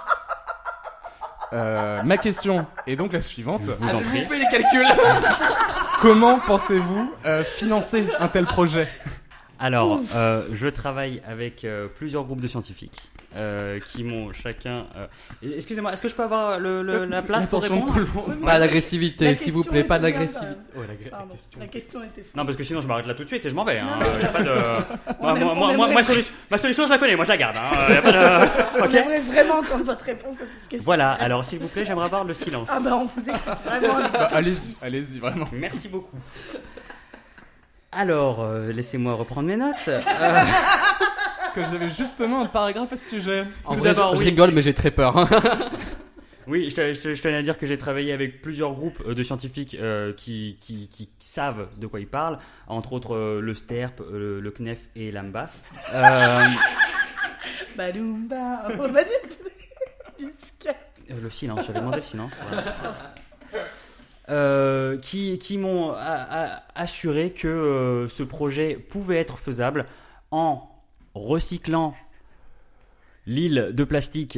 Speaker 3: Ma question est donc la suivante.
Speaker 4: Je vous en prie.
Speaker 5: Fais les calculs.
Speaker 3: Comment pensez-vous financer un tel projet ?
Speaker 4: Alors, je travaille avec plusieurs groupes de scientifiques qui m'ont chacun. Excusez-moi, est-ce que je peux avoir la place pour
Speaker 3: L'attention de
Speaker 4: répondre?
Speaker 3: tout le monde.
Speaker 5: Pas d'agressivité,
Speaker 6: La
Speaker 5: s'il vous
Speaker 6: question
Speaker 5: plaît, pas
Speaker 6: était bien,
Speaker 5: d'agressivité.
Speaker 6: quand
Speaker 5: Ouais,
Speaker 6: Pardon,
Speaker 5: question.
Speaker 6: la question était fausse.
Speaker 4: Non, parce que sinon je m'arrête là tout de suite et je m'en vais. Hein. Y a pas de...
Speaker 6: On aimerait-
Speaker 4: ma solution, je la connais, moi je la garde. Hein. Y a pas de...
Speaker 6: On
Speaker 4: Ok.
Speaker 6: aimerait vraiment entendre votre réponse à cette question.
Speaker 4: Voilà, alors s'il vous plaît, j'aimerais avoir le silence.
Speaker 6: Ah ben on vous écoute vraiment.
Speaker 3: Allez-y, vraiment.
Speaker 4: Merci beaucoup. Alors, laissez-moi reprendre mes notes.
Speaker 3: Parce que j'avais justement un paragraphe à ce sujet.
Speaker 5: En
Speaker 4: Tout
Speaker 5: vrai,
Speaker 4: d'abord,
Speaker 5: je
Speaker 4: oui.
Speaker 5: rigole, mais j'ai très peur. Hein.
Speaker 4: Oui, je tenais à dire que j'ai travaillé avec plusieurs groupes de scientifiques qui savent de quoi ils parlent, entre autres le STERP, le CNEF et l'AMBAF.
Speaker 6: Badoumba. On va dire du scat.
Speaker 4: Le silence, j'avais demandé le silence. Voilà. Qui m'ont assuré que ce projet pouvait être faisable en recyclant l'île de plastique.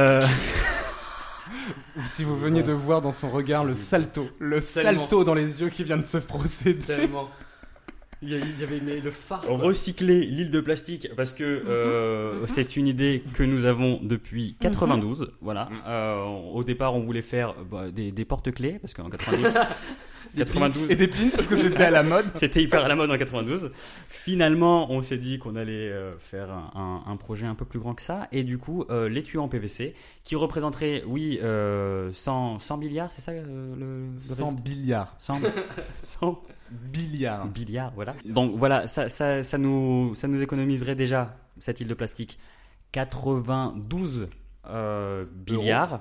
Speaker 3: Si vous veniez de voir dans son regard le salto dans les yeux qui vient de se procéder.
Speaker 5: Tellement. Il y avait mais le phare. quoi.
Speaker 4: Recycler l'île de plastique parce que c'est une idée que nous avons depuis 92. Voilà. Au départ, on voulait faire des porte-clés parce qu'en 92,
Speaker 3: Et des pins parce que c'était à la mode.
Speaker 4: c'était hyper à la mode en 92. Finalement, on s'est dit qu'on allait faire un projet un peu plus grand que ça. Et du coup, les tuyaux en PVC qui représenteraient, 100 milliards, c'est ça le
Speaker 3: 100 billards.
Speaker 4: 100
Speaker 3: Billards.
Speaker 4: milliards, voilà. Donc voilà, ça nous économiserait déjà, cette île de plastique, 92 milliards.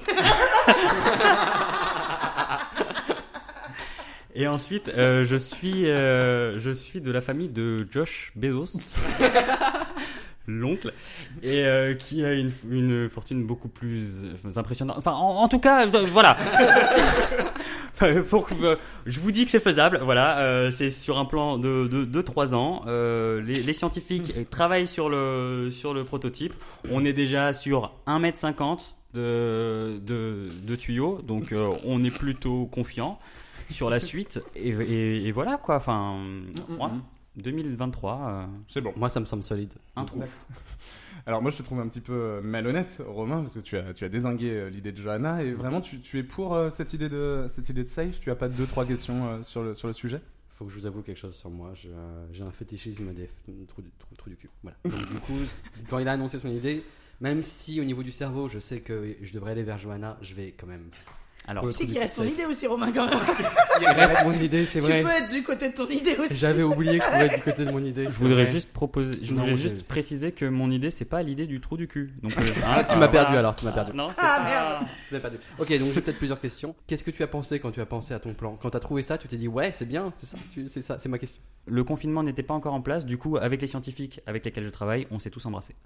Speaker 4: Et ensuite, je suis de la famille de Josh Bezos, l'oncle, et qui a une fortune beaucoup plus impressionnante. Enfin, en tout cas, voilà. Enfin, je vous dis que c'est faisable. Voilà, c'est sur un plan de 3 ans. Les scientifiques travaillent sur le prototype. On est déjà sur 1,50 m de tuyaux, donc on est plutôt confiant sur la suite. Et voilà quoi. Enfin, ouais, 2023.
Speaker 3: C'est bon.
Speaker 5: Moi, ça me semble solide.
Speaker 4: Un trou.
Speaker 3: Alors moi je te trouve un petit peu malhonnête, Romain, parce que tu as dézingué l'idée de Johanna et vraiment tu es pour cette idée de safe. Tu as pas 2-3 questions sur le sujet?
Speaker 5: Faut que je vous avoue quelque chose sur moi. J'ai un fétichisme des trous du cul. Voilà. Donc, du coup, quand il a annoncé son idée, même si au niveau du cerveau, je sais que je devrais aller vers Johanna, je vais quand même.
Speaker 4: Alors,
Speaker 6: Tu sais qu'il reste ton idée aussi, Romain, quand même.
Speaker 5: Il reste mon idée, c'est
Speaker 6: Tu
Speaker 5: vrai.
Speaker 6: peux être du côté de ton idée aussi.
Speaker 5: J'avais oublié que je pouvais être du côté de mon idée.
Speaker 4: je voudrais juste proposer, je
Speaker 5: Non,
Speaker 4: voulais
Speaker 5: j'ai-
Speaker 4: juste préciser que mon idée c'est pas l'idée du trou du cul. Donc,
Speaker 5: Tu m'as perdu alors, tu m'as perdu.
Speaker 4: Non, c'est
Speaker 6: Ah,
Speaker 4: pas-
Speaker 6: merde.
Speaker 5: Tu m'as perdu. Ok, donc j'ai peut-être plusieurs questions. Qu'est-ce que tu as pensé quand tu as pensé à ton plan? Quand tu as trouvé ça, tu t'es dit ouais, c'est bien, c'est ça, c'est ça, c'est ma question.
Speaker 4: Le confinement n'était pas encore en place. Du coup, avec les scientifiques avec lesquels je travaille, on s'est tous embrassés.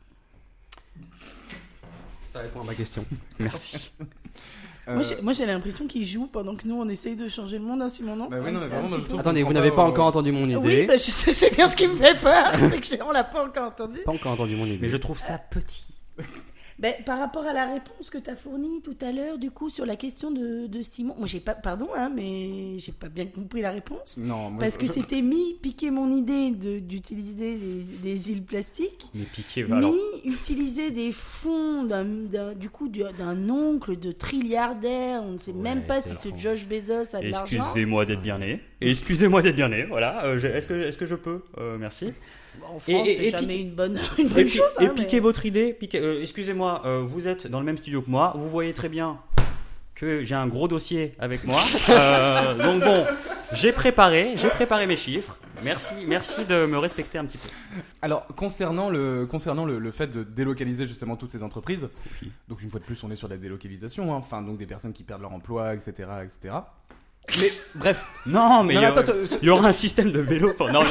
Speaker 5: Ça répond à ma question.
Speaker 4: Merci.
Speaker 6: Moi, j'ai l'impression qu'il joue pendant que nous, on essaye de changer le monde, hein, Simon, non?
Speaker 3: Bah oui, non, mais vraiment, moi, je trouve-
Speaker 5: Attendez,
Speaker 3: comprends
Speaker 5: vous n'avez
Speaker 3: pas,
Speaker 5: pas encore entendu mon idée.
Speaker 6: Oui, bah, je sais, c'est bien ce qui me fait peur. C'est que on l'a pas encore entendu.
Speaker 5: Pas encore entendu mon idée.
Speaker 4: Mais je trouve ça petit.
Speaker 6: Ben, par rapport à la réponse que tu as fournie tout à l'heure, du coup, sur la question de Simon, moi j'ai pas, pardon, mais j'ai pas bien compris la réponse.
Speaker 3: Non, moi,
Speaker 6: Parce que c'était piquer mon idée d'utiliser des îles plastiques,
Speaker 4: Mais piqué, alors.
Speaker 6: utiliser des fonds d'un oncle de trilliardaire, on ne sait même pas si ce Josh Bezos a de l'argent.
Speaker 4: Excusez-moi d'être bien né. Excusez-moi d'être bien né, voilà. Est-ce que je peux Merci.
Speaker 6: En France, c'est jamais une bonne chose.
Speaker 4: Et
Speaker 6: hein,
Speaker 4: piquez
Speaker 6: mais...
Speaker 4: votre idée. Excusez-moi, vous êtes dans le même studio que moi. Vous voyez très bien que j'ai un gros dossier avec moi. Donc bon, j'ai préparé mes chiffres. Merci de me respecter un petit peu.
Speaker 3: Alors, concernant le fait de délocaliser justement toutes ces entreprises, donc une fois de plus, on est sur la délocalisation, hein, enfin, donc des personnes qui perdent leur emploi, etc., etc. Mais bref.
Speaker 4: Non, mais
Speaker 3: attends,
Speaker 4: il y aura un système de vélo. Non.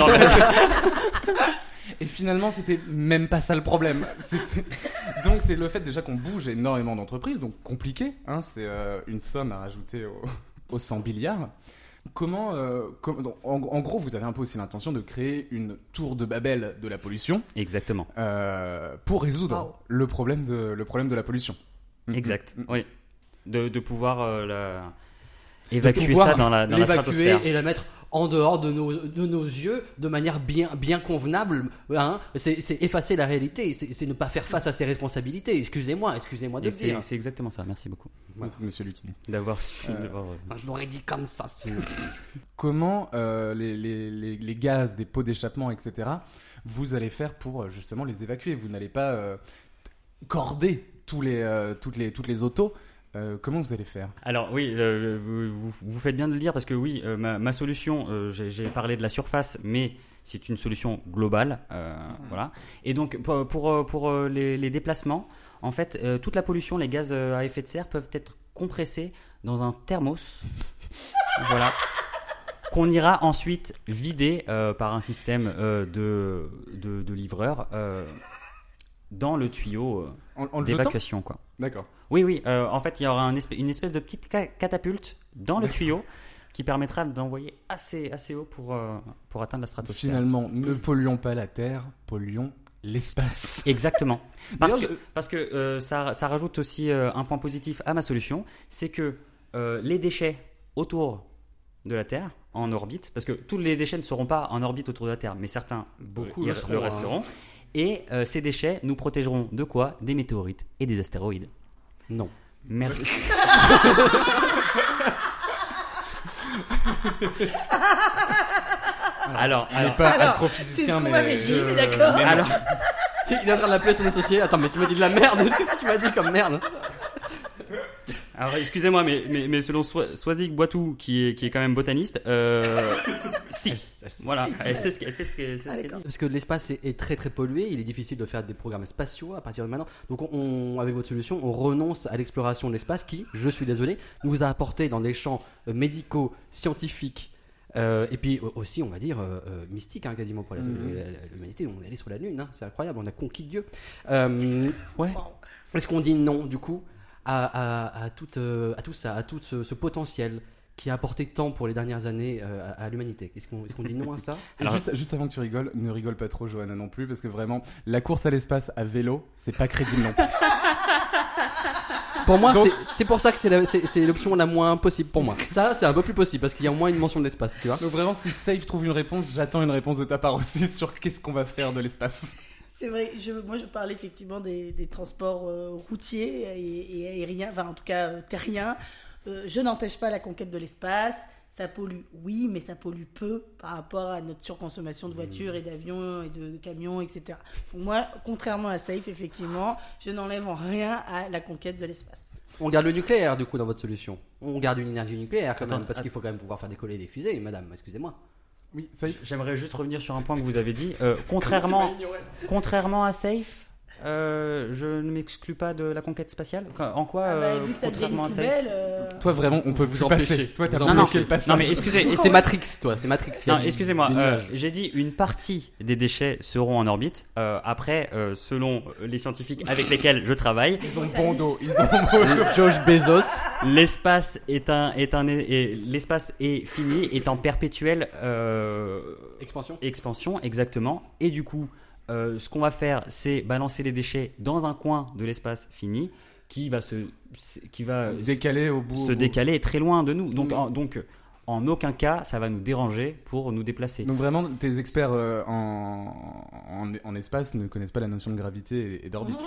Speaker 3: Et finalement, c'était même pas ça le problème. Donc, c'est le fait déjà qu'on bouge énormément d'entreprises, donc compliqué, hein, c'est une somme à rajouter aux 100 milliards. Comment, donc, en gros, vous avez un peu aussi l'intention de créer une tour de Babel de la pollution.
Speaker 4: Exactement.
Speaker 3: Pour résoudre le problème de la pollution.
Speaker 4: Exact. Oui. De pouvoir évacuer ça dans la stratosphère.
Speaker 5: Et la mettre en dehors de nos yeux de manière bien convenable, hein. C'est effacer la réalité, c'est ne pas faire face à ses responsabilités. Excusez-moi de le dire.
Speaker 4: C'est exactement ça. Merci beaucoup.
Speaker 3: Monsieur Lucchini.
Speaker 4: D'avoir
Speaker 5: Je l'aurais dit comme ça.
Speaker 3: Comment les gaz des pots d'échappement, etc., vous allez faire pour justement les évacuer? Vous n'allez pas corder toutes les autos. Comment vous allez faire?
Speaker 4: Alors oui, vous faites bien de le dire parce que oui, ma solution, j'ai parlé de la surface, mais c'est une solution globale, voilà. Et donc pour les déplacements, en fait, toute la pollution, les gaz à effet de serre peuvent être compressés dans un thermos, voilà, qu'on ira ensuite vider par un système de livreur dans le tuyau
Speaker 3: en
Speaker 4: d'évacuation, quoi.
Speaker 3: D'accord.
Speaker 4: Oui. En fait, il y aura une espèce de petite catapulte dans le tuyau qui permettra d'envoyer assez haut pour atteindre la stratosphère.
Speaker 3: Finalement, ne polluons pas la Terre, polluons l'espace.
Speaker 4: Exactement. Parce que ça rajoute aussi un point positif à ma solution, c'est que les déchets autour de la Terre, en orbite, parce que tous les déchets ne seront pas en orbite autour de la Terre, mais certains le resteront. Et ces déchets nous protégeront de quoi? Des météorites et des astéroïdes.
Speaker 5: Non.
Speaker 4: Merci. Alors,
Speaker 3: pas astrophysicien, mais
Speaker 6: mais d'accord.
Speaker 4: alors,
Speaker 5: Tu sais, il est en train de l'appeler son associé. Attends, mais tu m'as dit de la merde. Qu'est-ce que tu m'as dit comme merde?
Speaker 4: alors, excusez-moi, mais selon Soisig Boitou, qui est quand même botaniste, si. Voilà, elle sait ce qu'elle dit.
Speaker 5: Parce que l'espace est très très pollué, il est difficile de faire des programmes spatiaux à partir de maintenant. Donc avec votre solution, on renonce à l'exploration de l'espace qui, je suis désolé, nous a apporté dans des champs médicaux, scientifiques, et puis aussi, on va dire, mystique, hein, quasiment pour l'humanité. On est allé sur la Lune, hein, c'est incroyable, on a conquis Dieu.
Speaker 4: Ouais.
Speaker 5: Est-ce qu'on dit non, du coup, à tout ce potentiel qui a apporté tant pour les dernières années à l'humanité? Est-ce qu'on dit non à ça?
Speaker 3: Alors, juste avant que tu rigoles, ne rigole pas trop, Johanna, non plus, parce que vraiment, la course à l'espace à vélo, c'est pas crédible non plus.
Speaker 5: Pour moi, c'est pour ça que c'est l'option la moins possible pour moi. Ça, c'est un peu plus possible parce qu'il y a au moins une mention de l'espace, tu vois.
Speaker 3: Donc vraiment, si Safe trouve une réponse, j'attends une réponse de ta part aussi sur qu'est-ce qu'on va faire de l'espace.
Speaker 6: C'est vrai, moi je parle effectivement des transports routiers et aériens, enfin en tout cas terriens. Je n'empêche pas la conquête de l'espace. Ça pollue, oui, mais ça pollue peu par rapport à notre surconsommation de voitures et d'avions et de camions, etc. Donc moi, contrairement à Safe, effectivement, je n'enlève en rien à la conquête de l'espace.
Speaker 5: On garde le nucléaire, du coup, dans votre solution. On garde une énergie nucléaire quand même, parce qu'il faut quand même pouvoir faire décoller des fusées, madame, excusez-moi.
Speaker 3: Oui, Safe.
Speaker 4: J'aimerais juste revenir sur un point que vous avez dit. Contrairement à Safe, je ne m'exclus pas de la conquête spatiale. En quoi,
Speaker 6: vu que ça devient
Speaker 4: contrairement
Speaker 6: une
Speaker 4: à Safe,
Speaker 6: poubelle,
Speaker 3: Toi, vraiment, on peut vous
Speaker 5: empêcher.
Speaker 3: passer. Toi, t'as
Speaker 4: Non,
Speaker 3: bloqué le passage.
Speaker 4: non, mais excusez,
Speaker 5: C'est Matrix, toi, c'est Matrix.
Speaker 4: non, excusez-moi, j'ai dit une partie des déchets seront en orbite. Après, selon les scientifiques avec lesquels je travaille,
Speaker 3: Ils ont bon dos.
Speaker 5: Josh Bezos.
Speaker 4: l'espace l'espace est fini, est en perpétuelle
Speaker 5: Expansion.
Speaker 4: expansion, exactement. Et du coup, Ce qu'on va faire, c'est balancer les déchets dans un coin de l'espace fini qui va
Speaker 3: Décalé au bout.
Speaker 4: se décaler très loin de nous. Donc, en aucun cas, ça va nous déranger pour nous déplacer.
Speaker 3: Donc vraiment, tes experts en espace ne connaissent pas la notion de gravité et d'orbite.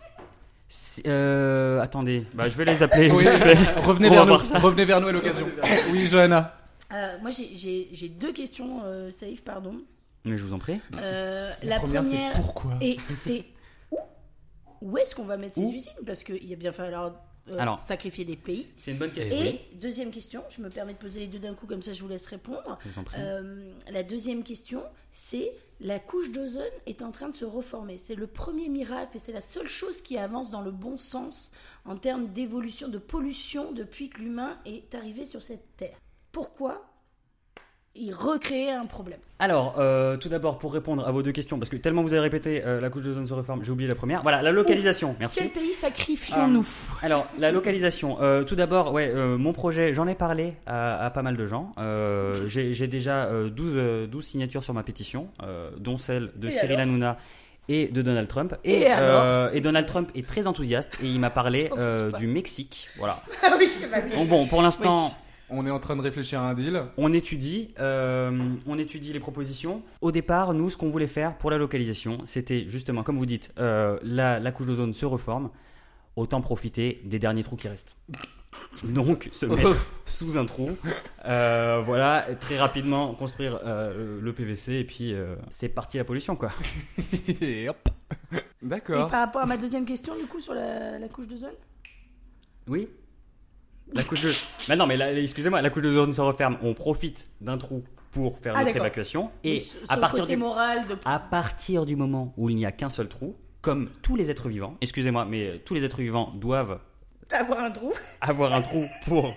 Speaker 4: Attendez, je vais les appeler.
Speaker 3: Oui, revenez
Speaker 4: On
Speaker 3: vers
Speaker 4: va
Speaker 3: nous.
Speaker 4: voir ça.
Speaker 3: Revenez vers nous à l'occasion. Oui, Johanna.
Speaker 6: Moi, j'ai 2 questions, Saïf, pardon.
Speaker 4: Mais je vous en prie.
Speaker 6: La première,
Speaker 3: c'est pourquoi
Speaker 6: et c'est où est-ce qu'on va mettre ces usines? Parce qu'il va bien falloir sacrifier des pays.
Speaker 4: C'est une bonne question.
Speaker 6: Et deuxième question, je me permets de poser les deux d'un coup, comme ça je vous laisse répondre.
Speaker 4: Je vous en prie.
Speaker 6: La deuxième question, c'est la couche d'ozone est en train de se reformer. C'est le premier miracle et c'est la seule chose qui avance dans le bon sens en termes d'évolution, de pollution depuis que l'humain est arrivé sur cette terre. Pourquoi y recréer un problème?
Speaker 4: Alors, tout d'abord, pour répondre à vos 2 questions, parce que tellement vous avez répété la couche d'ozone se reforme, j'ai oublié la première. Voilà, la localisation, merci.
Speaker 6: Quel pays sacrifions-nous?
Speaker 4: Alors, la localisation. Tout d'abord, mon projet, j'en ai parlé à pas mal de gens. J'ai déjà 12 signatures sur ma pétition, dont celle de Cyril Hanouna et de Donald Trump. Et Donald Trump est très enthousiaste et il m'a parlé du Mexique. Voilà.
Speaker 6: Ah oui, c'est pas vrai.
Speaker 4: Donc bon, pour l'instant...
Speaker 6: Oui.
Speaker 3: On est en train de réfléchir à un deal.
Speaker 4: On étudie les propositions. Au départ, nous, ce qu'on voulait faire pour la localisation, c'était justement, comme vous dites, la couche d'ozone se reforme. Autant profiter des derniers trous qui restent. Donc, se mettre sous un trou. Voilà, très rapidement construire le PVC et puis c'est parti la pollution, quoi.
Speaker 3: Et hop. D'accord.
Speaker 6: Et par rapport à ma deuxième question, du coup, sur la couche d'ozone?
Speaker 4: Oui. La couche de... Mais non, mais excusez-moi, la couche d'ozone se referme. On profite d'un trou pour faire notre évacuation. Et à partir du moment où il n'y a qu'un seul trou, comme tous les êtres vivants, excusez-moi, mais tous les êtres vivants doivent avoir un trou pour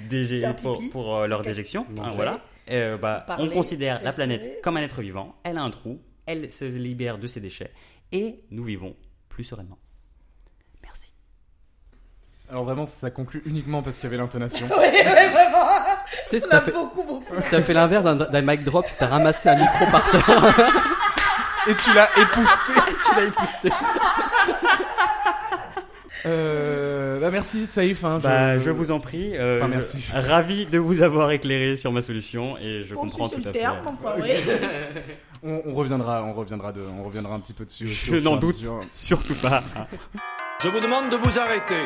Speaker 4: leur déjection. Hein, voilà. On considère la planète comme un être vivant. Elle a un trou, elle se libère de ses déchets et nous vivons plus sereinement. Merci.
Speaker 3: Alors vraiment, ça conclut uniquement parce qu'il y avait l'intonation.
Speaker 6: Ouais, vraiment.
Speaker 5: Tu
Speaker 6: Ça m'a beaucoup.
Speaker 5: as fait l'inverse d'un mic drop, tu as ramassé un micro par terre.
Speaker 3: Et tu l'as épousté. Merci Saïf.
Speaker 4: Je vous en prie.
Speaker 3: Merci.
Speaker 4: Ravi de vous avoir éclairé sur ma solution et je comprends tout à fait.
Speaker 3: On reviendra un petit peu dessus.
Speaker 4: Je n'en doute surtout pas.
Speaker 2: Je vous demande de vous arrêter.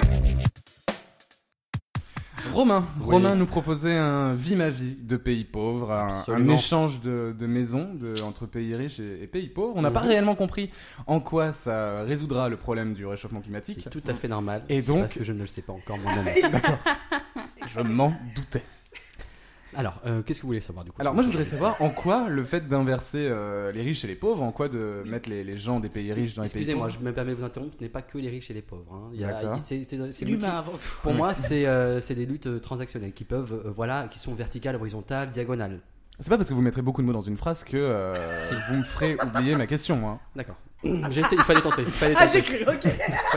Speaker 3: Romain nous proposait un vie ma vie de pays pauvres, un échange de maisons entre pays riches et pays pauvres. On n'a pas réellement compris en quoi ça résoudra le problème du réchauffement climatique.
Speaker 5: C'est tout à fait normal.
Speaker 3: Et donc,
Speaker 5: parce que je ne le sais pas encore moi-même.
Speaker 3: D'accord. Je m'en doutais.
Speaker 5: Alors, qu'est-ce que vous voulez savoir du coup?
Speaker 3: Alors moi je voudrais savoir en quoi le fait d'inverser les riches et les pauvres, en quoi de mettre les gens des pays riches dans les pays pauvres.
Speaker 5: Excusez-moi, je me permets de vous interrompre, ce n'est pas que les riches et les pauvres. Hein.
Speaker 6: C'est l'humain avant tout.
Speaker 5: Pour moi, c'est des luttes transactionnelles qui peuvent, qui sont verticales, horizontales, diagonales.
Speaker 3: C'est pas parce que vous mettrez beaucoup de mots dans une phrase que vous me ferez oublier ma question, moi.
Speaker 5: D'accord. J'ai essayé, il fallait tenter.
Speaker 6: J'ai cru, ok.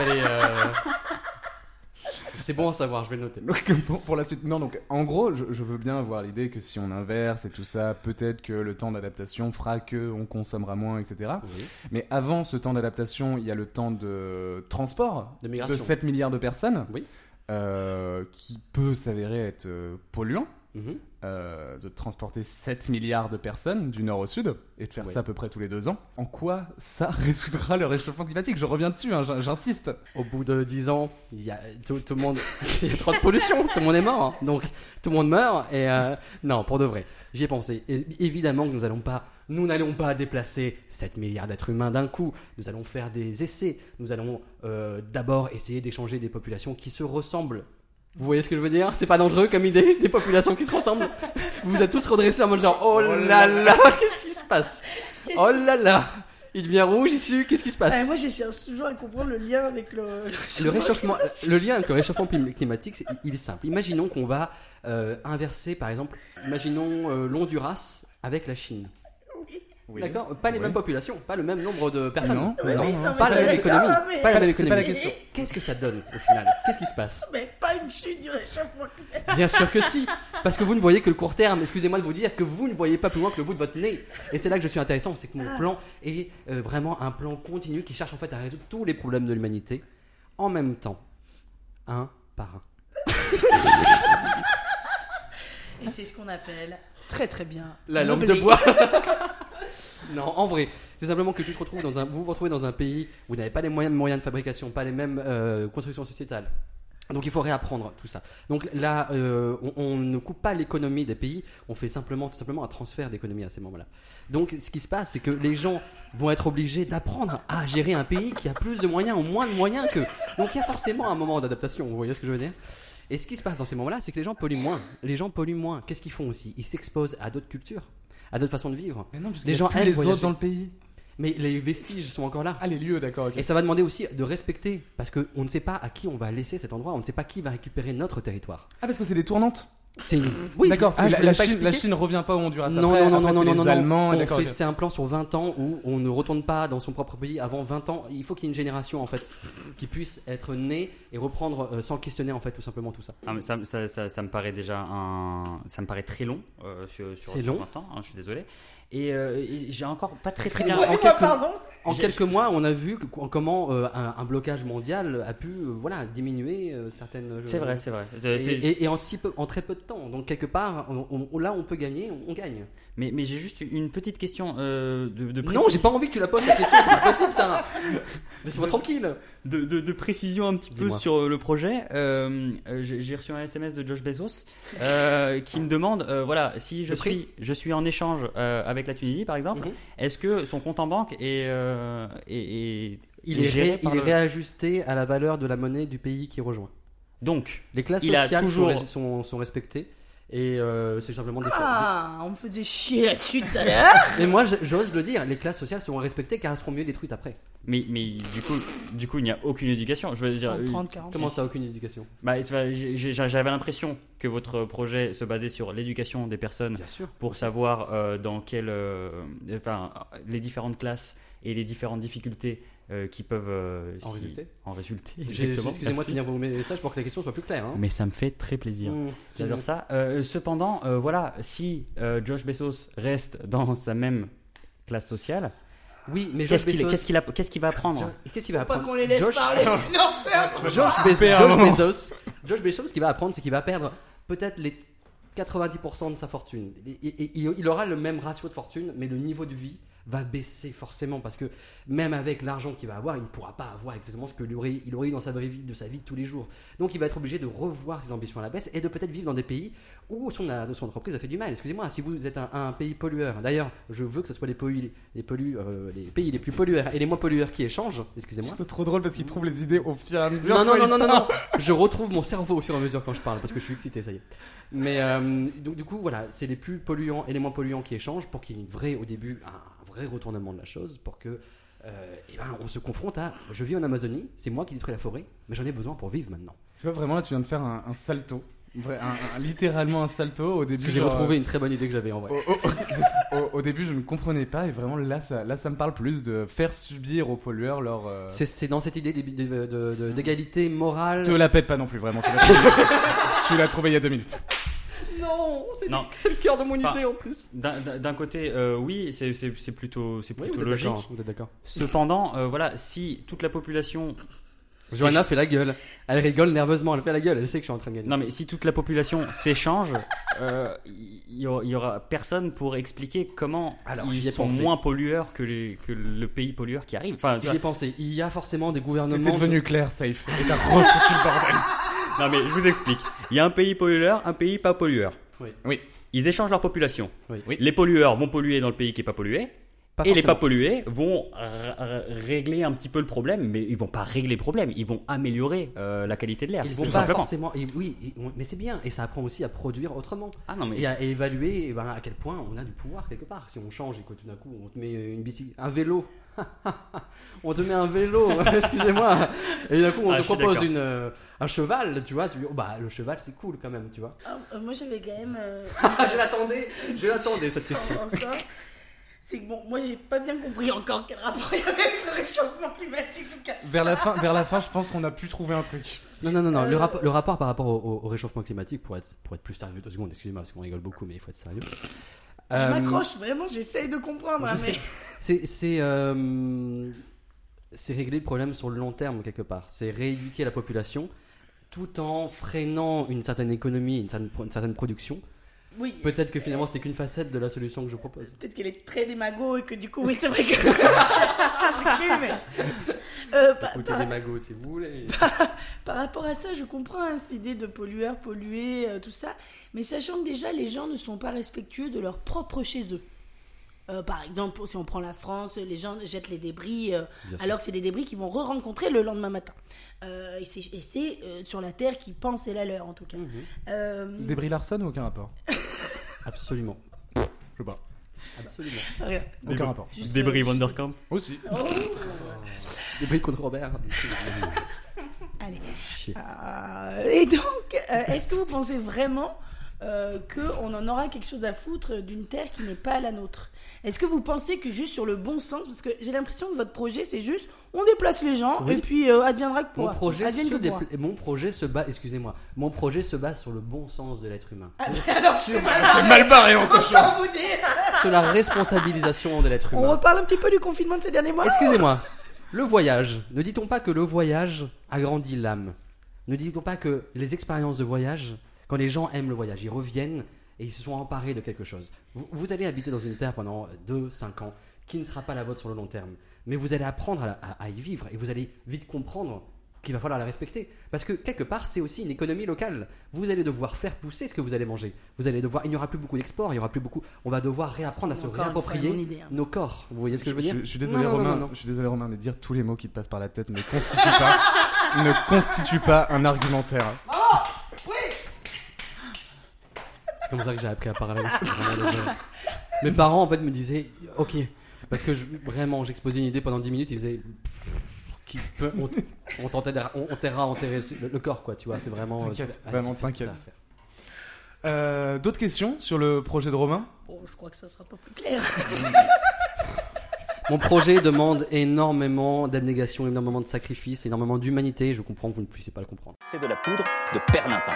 Speaker 5: C'est bon à savoir, je vais le noter.
Speaker 3: Donc, pour la suite, non, donc en gros, je veux bien avoir l'idée que si on inverse et tout ça, peut-être que le temps d'adaptation fera qu'on consommera moins, etc.
Speaker 5: Oui.
Speaker 3: Mais avant ce temps d'adaptation, il y a le temps de transport
Speaker 5: De migration.
Speaker 3: de 7 milliards de personnes,
Speaker 5: Oui.
Speaker 3: Qui peut s'avérer être polluant.
Speaker 5: Mhm.
Speaker 3: De transporter 7 milliards de personnes du nord au sud et de faire ça à peu près tous les 2 ans. En quoi ça résoudra le réchauffement climatique? Je reviens dessus, hein, j'insiste.
Speaker 5: Au bout de 10 ans, il y a tout le monde, il y a trop de pollution, tout le monde est mort, hein. Donc tout le monde meurt et non, pour de vrai, j'y ai pensé. Et évidemment que nous n'allons pas déplacer 7 milliards d'êtres humains d'un coup. Nous allons faire des essais. Nous allons d'abord essayer d'échanger des populations qui se ressemblent. Vous voyez ce que je veux dire? C'est pas dangereux comme idée, des populations qui se ressemblent. Vous vous êtes tous redressés en mode genre, oh là là, qu'est-ce qui se passe? Oh là là, il devient rouge ici, qu'est-ce qui se passe?
Speaker 6: Moi, j'essaie toujours à comprendre le lien avec le
Speaker 5: réchauffement. Le lien avec le réchauffement climatique, il est simple. Imaginons qu'on va inverser, par exemple, l'Honduras avec la Chine.
Speaker 3: Oui.
Speaker 5: D'accord? Pas les mêmes populations, pas le même nombre de personnes.
Speaker 3: Non,
Speaker 5: pas la même économie. Pas la même économie.
Speaker 3: C'est pas la question.
Speaker 5: Qu'est-ce que ça donne au final? Qu'est-ce qui se passe?
Speaker 6: Mais pas une chute du réchauffement climatique.
Speaker 5: Bien sûr que si, parce que vous ne voyez que le court terme. Excusez-moi de vous dire que vous ne voyez pas plus loin que le bout de votre nez. Et c'est là que je suis intéressant, c'est que mon plan est vraiment un plan continu qui cherche en fait à résoudre tous les problèmes de l'humanité en même temps, un par un.
Speaker 6: Et c'est ce qu'on appelle très très bien
Speaker 5: La lampe de
Speaker 6: meubler.
Speaker 5: bois. Non, en vrai, c'est simplement que vous vous retrouvez dans un pays où vous n'avez pas les moyens de fabrication, pas les mêmes constructions sociétales. Donc il faut réapprendre tout ça. Donc là, on ne coupe pas l'économie des pays, on fait tout simplement un transfert d'économie à ces moments-là. Donc ce qui se passe, c'est que les gens vont être obligés d'apprendre à gérer un pays qui a plus de moyens ou moins de moyens qu'eux. Donc il y a forcément un moment d'adaptation, vous voyez ce que je veux dire ? Et ce qui se passe dans ces moments-là, c'est que les gens polluent moins. Les gens polluent moins. Qu'est-ce qu'ils font aussi ? Ils s'exposent à d'autres cultures, à d'autres façons de vivre.
Speaker 3: Mais non, parce
Speaker 5: Les
Speaker 3: qu'il y a
Speaker 5: gens
Speaker 3: plus
Speaker 5: aiment
Speaker 3: les
Speaker 5: voyager.
Speaker 3: autres dans le pays.
Speaker 5: Mais les vestiges sont encore là.
Speaker 3: Ah, les lieux, d'accord, ok.
Speaker 5: Et ça va demander aussi de respecter, parce qu'on ne sait pas à qui on va laisser cet endroit, on ne sait pas qui va récupérer notre territoire.
Speaker 3: Ah, parce que c'est des tournantes.
Speaker 5: C'est une... Oui,
Speaker 3: D'accord,
Speaker 5: je
Speaker 3: la
Speaker 5: l'ai pas
Speaker 3: Chine,
Speaker 5: expliqué.
Speaker 3: la Chine revient pas au Honduras
Speaker 5: Non,
Speaker 3: après,
Speaker 5: non,
Speaker 3: après,
Speaker 5: non,
Speaker 3: c'est
Speaker 5: non,
Speaker 3: les
Speaker 5: non,
Speaker 3: Allemands,
Speaker 5: non.
Speaker 3: d'accord, ok.
Speaker 5: C'est un plan sur 20 ans où on ne retourne pas dans son propre pays avant 20 ans. Il faut qu'il y ait une génération en fait qui puisse être née et reprendre sans questionner en fait tout simplement tout ça.
Speaker 4: Ah, mais ça me paraît déjà ça me paraît très long
Speaker 5: C'est
Speaker 4: sur
Speaker 5: long.
Speaker 4: 20 ans, hein, je suis désolé. Et j'ai encore pas très bien.
Speaker 5: En
Speaker 6: Ouais,
Speaker 5: quelques-
Speaker 6: pardon.
Speaker 5: En quelques mois, on a vu comment un blocage mondial a pu diminuer certaines.
Speaker 4: C'est vrai, c'est vrai.
Speaker 5: Et en très peu de temps. Donc quelque part, là, on peut gagner, on gagne.
Speaker 4: Mais j'ai juste une petite question de
Speaker 5: Non,
Speaker 4: précision.
Speaker 5: j'ai pas envie que tu la poses la question, c'est pas possible ça. Laisse-moi tranquille.
Speaker 4: De précision un petit peu
Speaker 5: Dis-moi.
Speaker 4: sur le projet. J'ai reçu un SMS de Josh Bezos qui me demande voilà, si
Speaker 5: Le prix
Speaker 4: je suis en échange avec la Tunisie par exemple,
Speaker 5: Mhm.
Speaker 4: est-ce que son compte en banque est
Speaker 5: Il est,
Speaker 4: géré par
Speaker 5: il est
Speaker 4: le-
Speaker 5: réajusté à la valeur de la monnaie du pays qui rejoint.
Speaker 4: Donc,
Speaker 5: Les classes
Speaker 4: Il a
Speaker 5: sociales
Speaker 4: toujours-
Speaker 5: sont respectées et c'est simplement des
Speaker 6: Ah, on me faisait chier là-dessus tout à l'heure.
Speaker 5: Et moi, j'ose le dire, les classes sociales seront respectées car elles seront mieux détruites après.
Speaker 4: mais du coup, il n'y a aucune éducation. Je veux dire,
Speaker 6: 30, 40.
Speaker 5: Comment ça, aucune éducation?
Speaker 4: bah, j'avais l'impression que votre projet se basait sur l'éducation des personnes
Speaker 5: Bien sûr.
Speaker 4: pour savoir dans quelle, enfin, les différentes classes et les différentes difficultés qui peuvent
Speaker 5: En résulter.
Speaker 4: en résulter.
Speaker 5: Excusez-moi de
Speaker 4: Merci.
Speaker 5: finir vos messages pour que la question soit plus claire. Hein.
Speaker 4: Mais ça me fait très plaisir. J'adore ça. Cependant, voilà, si Josh Bezos reste dans sa même classe sociale,
Speaker 5: Oui, mais Josh Bezos.
Speaker 4: qu'est-ce qu'il va apprendre
Speaker 5: Qu'est-ce qu'il va
Speaker 6: Pas
Speaker 5: apprendre?
Speaker 6: qu'on les laisse
Speaker 5: Josh-
Speaker 6: parler, sinon c'est un truc.
Speaker 5: Josh Bezos, ce qu'il va apprendre, c'est qu'il va perdre peut-être les 90% de sa fortune. Il aura le même ratio de fortune, mais le niveau de vie va baisser forcément parce que même avec l'argent qu'il va avoir, il ne pourra pas avoir exactement ce qu'il aurait eu dans sa vraie vie, de sa vie de tous les jours. Donc il va être obligé de revoir ses ambitions à la baisse et de peut-être vivre dans des pays où son entreprise a fait du mal. Excusez-moi, si vous êtes un pays pollueur, d'ailleurs, je veux que ce soit les pays les plus pollueurs et les moins pollueurs qui échangent. Excusez-moi.
Speaker 3: C'est trop drôle parce qu'il trouve les idées au fur et à mesure.
Speaker 5: Non. Je retrouve mon cerveau au fur et à mesure quand je parle parce que je suis excité, ça y est. Mais donc du coup, voilà, c'est les plus polluants et les moins polluants qui échangent pour qu'il y ait au début un vrai retournement de la chose pour que on se confronte à je vis en Amazonie, c'est moi qui détruis la forêt, mais j'en ai besoin pour vivre maintenant.
Speaker 3: Tu vois, vraiment, là, tu viens de faire un salto. Littéralement un salto. Au début,
Speaker 5: Parce que j'ai
Speaker 3: genre,
Speaker 5: retrouvé une très bonne idée que j'avais en vrai.
Speaker 3: Au début, je ne comprenais pas et vraiment là, ça me parle plus de faire subir aux pollueurs leur.
Speaker 5: C'est dans cette idée d'égalité morale.
Speaker 3: Te la pète pas non plus, vraiment. Tu l'as trouvé il y a 2 minutes.
Speaker 5: Non,
Speaker 4: Non.
Speaker 5: c'est le cœur de mon
Speaker 4: Enfin,
Speaker 5: idée en plus.
Speaker 4: D'un côté, oui, c'est plutôt
Speaker 5: Oui,
Speaker 4: logique.
Speaker 5: vous êtes d'accord.
Speaker 4: Cependant, voilà, si toute la population
Speaker 5: Johanna fait la gueule. Elle rigole nerveusement, elle fait la gueule, elle sait que je suis en train de gagner.
Speaker 4: Non, mais si toute la population s'échange, il y aura personne pour expliquer comment
Speaker 5: Alors,
Speaker 4: ils
Speaker 5: j'y ai
Speaker 4: sont
Speaker 5: pensé.
Speaker 4: moins pollueurs que le pays pollueur qui arrive. Enfin, tu
Speaker 5: J'y ai pensé. Il y a forcément des gouvernements.
Speaker 3: C'était devenu clair, safe. Et t'as refoutu le bordel.
Speaker 4: vois. Non, mais je vous explique. Il y a un pays pollueur, un pays pas pollueur.
Speaker 5: Oui.
Speaker 4: Ils échangent leur population.
Speaker 5: Oui.
Speaker 4: Les pollueurs vont polluer dans le pays qui est pas pollué.
Speaker 5: Pas
Speaker 4: Et les
Speaker 5: forcément.
Speaker 4: pas pollués vont régler un petit peu le problème, mais ils vont pas régler le problème, ils vont améliorer la qualité de l'air.
Speaker 5: Ils
Speaker 4: tout
Speaker 5: vont pas
Speaker 4: simplement.
Speaker 5: forcément. Mais c'est bien. Et ça apprend aussi à produire autrement.
Speaker 4: Ah non, mais
Speaker 5: Et à évaluer à quel point on a du pouvoir quelque part. Si on change et que tout d'un coup on te met un vélo. On te met un vélo, excusez-moi. Et d'un coup on
Speaker 4: Ah,
Speaker 5: te
Speaker 4: je suis
Speaker 5: propose
Speaker 4: d'accord.
Speaker 5: un cheval, tu vois. Le cheval c'est cool quand même, tu vois.
Speaker 6: Moi j'avais quand même.
Speaker 5: Je l'attendais cette question.
Speaker 6: Encore. C'est que bon, moi j'ai pas bien compris encore quel rapport il y avait avec le réchauffement climatique.
Speaker 3: Vers la fin, je pense qu'on a pu trouver un truc.
Speaker 5: Non. Le rapport par rapport au réchauffement climatique, pour être plus sérieux, 2 secondes, excusez-moi, parce qu'on rigole beaucoup, mais il faut être sérieux.
Speaker 6: Je m'accroche, vraiment, j'essaye de comprendre.
Speaker 5: Je
Speaker 6: Mais...
Speaker 5: sais. C'est régler le problème sur le long terme, quelque part. C'est rééduquer la population tout en freinant une certaine économie, une certaine production.
Speaker 6: Oui.
Speaker 5: Peut-être que finalement c'était qu'une facette de la solution que je propose.
Speaker 6: Peut-être qu'elle est très démago et que du coup, oui, c'est vrai que. Ok, mais.
Speaker 5: Écoutez des magots si vous voulez.
Speaker 6: Par rapport à ça, je comprends hein, cette idée de pollueur, polluer, tout ça. Mais sachant que déjà, les gens ne sont pas respectueux de leur propre chez eux. Par exemple, si on prend la France, les gens jettent les débris alors que c'est des débris qu'ils vont re-rencontrer le lendemain matin. Et c'est sur la terre qui pense et la leur en tout cas.
Speaker 3: Débris Larson ou aucun rapport?
Speaker 5: Absolument.
Speaker 3: Je sais pas.
Speaker 5: Absolument.
Speaker 6: Rien.
Speaker 3: Aucun rapport.
Speaker 6: Juste,
Speaker 4: Débris Vanderkamp.
Speaker 3: Aussi.
Speaker 6: Oh.
Speaker 5: Débris contre Robert.
Speaker 6: Allez.
Speaker 5: Chier.
Speaker 6: Et donc, est-ce que vous pensez vraiment qu'on en aura quelque chose à foutre d'une terre qui n'est pas la nôtre? Est-ce que vous pensez que juste sur le bon sens, parce que j'ai l'impression que votre projet c'est juste on déplace les gens
Speaker 5: Oui.
Speaker 6: et puis adviendra que pourra.
Speaker 5: Mon projet se base, excusez-moi, mon projet se base sur le bon sens de l'être humain.
Speaker 6: Alors c'est
Speaker 3: mal barré mon cochon.
Speaker 6: Autant vous dire.
Speaker 5: Sur la responsabilisation de l'être
Speaker 6: On
Speaker 5: humain.
Speaker 6: reparle un petit peu du confinement de ces derniers mois.
Speaker 5: Excusez-moi, le voyage, ne dit-on pas que le voyage agrandit l'âme? Ne dit-on pas que les expériences de voyage, quand les gens aiment le voyage, ils reviennent et ils se sont emparés de quelque chose. Vous allez habiter dans une terre pendant 2-5 ans qui ne sera pas la vôtre sur le long terme. Mais vous allez apprendre à y vivre et vous allez vite comprendre qu'il va falloir la respecter. Parce que quelque part, c'est aussi une économie locale. Vous allez devoir faire pousser ce que vous allez manger. Vous allez devoir, il n'y aura plus beaucoup d'export, il y aura plus beaucoup. On va devoir réapprendre à se
Speaker 6: Encore une fois,
Speaker 5: réapproprier
Speaker 6: mon idée, hein.
Speaker 5: nos corps. Vous voyez ce que je veux dire?
Speaker 3: Je suis désolé
Speaker 5: Non,
Speaker 3: Romain,
Speaker 5: non.
Speaker 3: je suis désolé Romain, mais dire tous les mots qui te passent par la tête ne constitue pas un argumentaire.
Speaker 5: C'est comme ça que j'ai appris à parler. Je suis vraiment désolé. Mes parents en fait me disaient ok, parce que vraiment j'exposais une idée pendant 10 minutes, ils disaient on t'enterrera enterrer le corps quoi, tu vois, c'est vraiment
Speaker 3: T'inquiète,
Speaker 5: c'est
Speaker 3: vraiment,
Speaker 5: facile
Speaker 3: t'inquiète.
Speaker 5: à faire.
Speaker 3: D'autres questions sur le projet de Romain?
Speaker 6: Bon, je crois que ça sera pas plus clair.
Speaker 5: Mon projet demande énormément d'abnégation, énormément de sacrifices, énormément d'humanité. Je comprends que vous ne puissiez pas le comprendre.
Speaker 7: C'est de la poudre de perlimpin.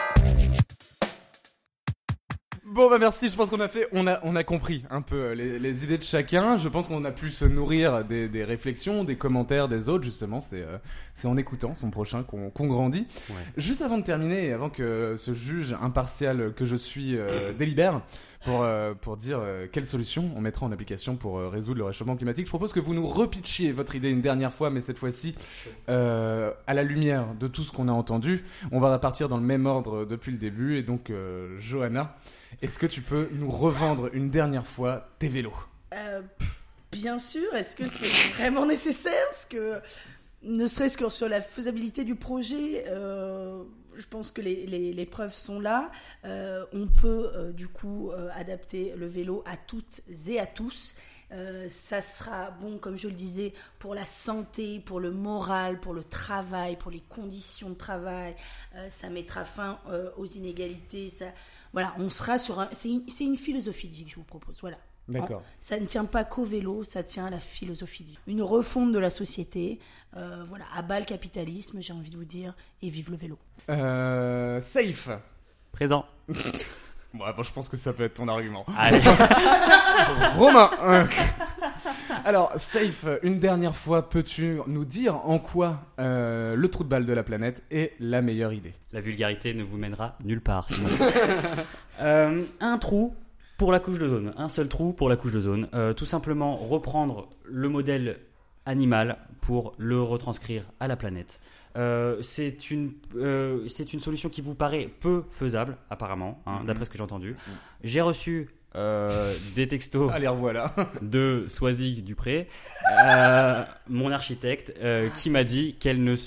Speaker 3: Bon bah merci, je pense qu'on a compris un peu les idées de chacun. Je pense qu'on a pu se nourrir des réflexions, des commentaires des autres justement. C'est en écoutant son prochain qu'on grandit.
Speaker 5: Ouais.
Speaker 3: Juste avant de terminer, et avant que ce juge impartial que je suis délibère pour dire quelle solution on mettra en application pour résoudre le réchauffement climatique, je propose que vous nous repitchiez votre idée une dernière fois, mais cette fois-ci à la lumière de tout ce qu'on a entendu. On va partir dans le même ordre depuis le début, et donc Johanna, est-ce que tu peux nous revendre une dernière fois tes vélos?
Speaker 6: Bien sûr, est-ce que c'est vraiment nécessaire? Parce que, ne serait-ce que sur la faisabilité du projet, je pense que les preuves sont là. On peut du coup adapter le vélo à toutes et à tous. Ça sera bon, comme je le disais, pour la santé, pour le moral, pour le travail, pour les conditions de travail. Ça mettra fin aux inégalités. Voilà, on sera sur c'est une philosophie de vie que je vous propose. Voilà.
Speaker 3: D'accord.
Speaker 6: Ça ne tient pas qu'au vélo, ça tient à la philosophie de vie. Une refonte de la société. Voilà, à bas le capitalisme, j'ai envie de vous dire, et vive le vélo.
Speaker 3: Safe.
Speaker 4: Présent.
Speaker 3: Bon, je pense que ça peut être ton argument.
Speaker 4: Allez.
Speaker 3: Romain. Alors, Safe, une dernière fois, peux-tu nous dire en quoi le trou de balle de la planète est la meilleure idée?
Speaker 4: La vulgarité ne vous mènera nulle part. Sinon. Un trou pour la couche d'ozone. Un seul trou pour la couche d'ozone. Tout simplement reprendre le modèle animal pour le retranscrire à la planète. C'est une solution qui vous paraît peu faisable, apparemment, d'après ce que j'ai entendu. J'ai reçu des textos
Speaker 3: Allez, revoilà.
Speaker 4: de Soisy Dupré, mon architecte, qui m'a dit qu'elle ne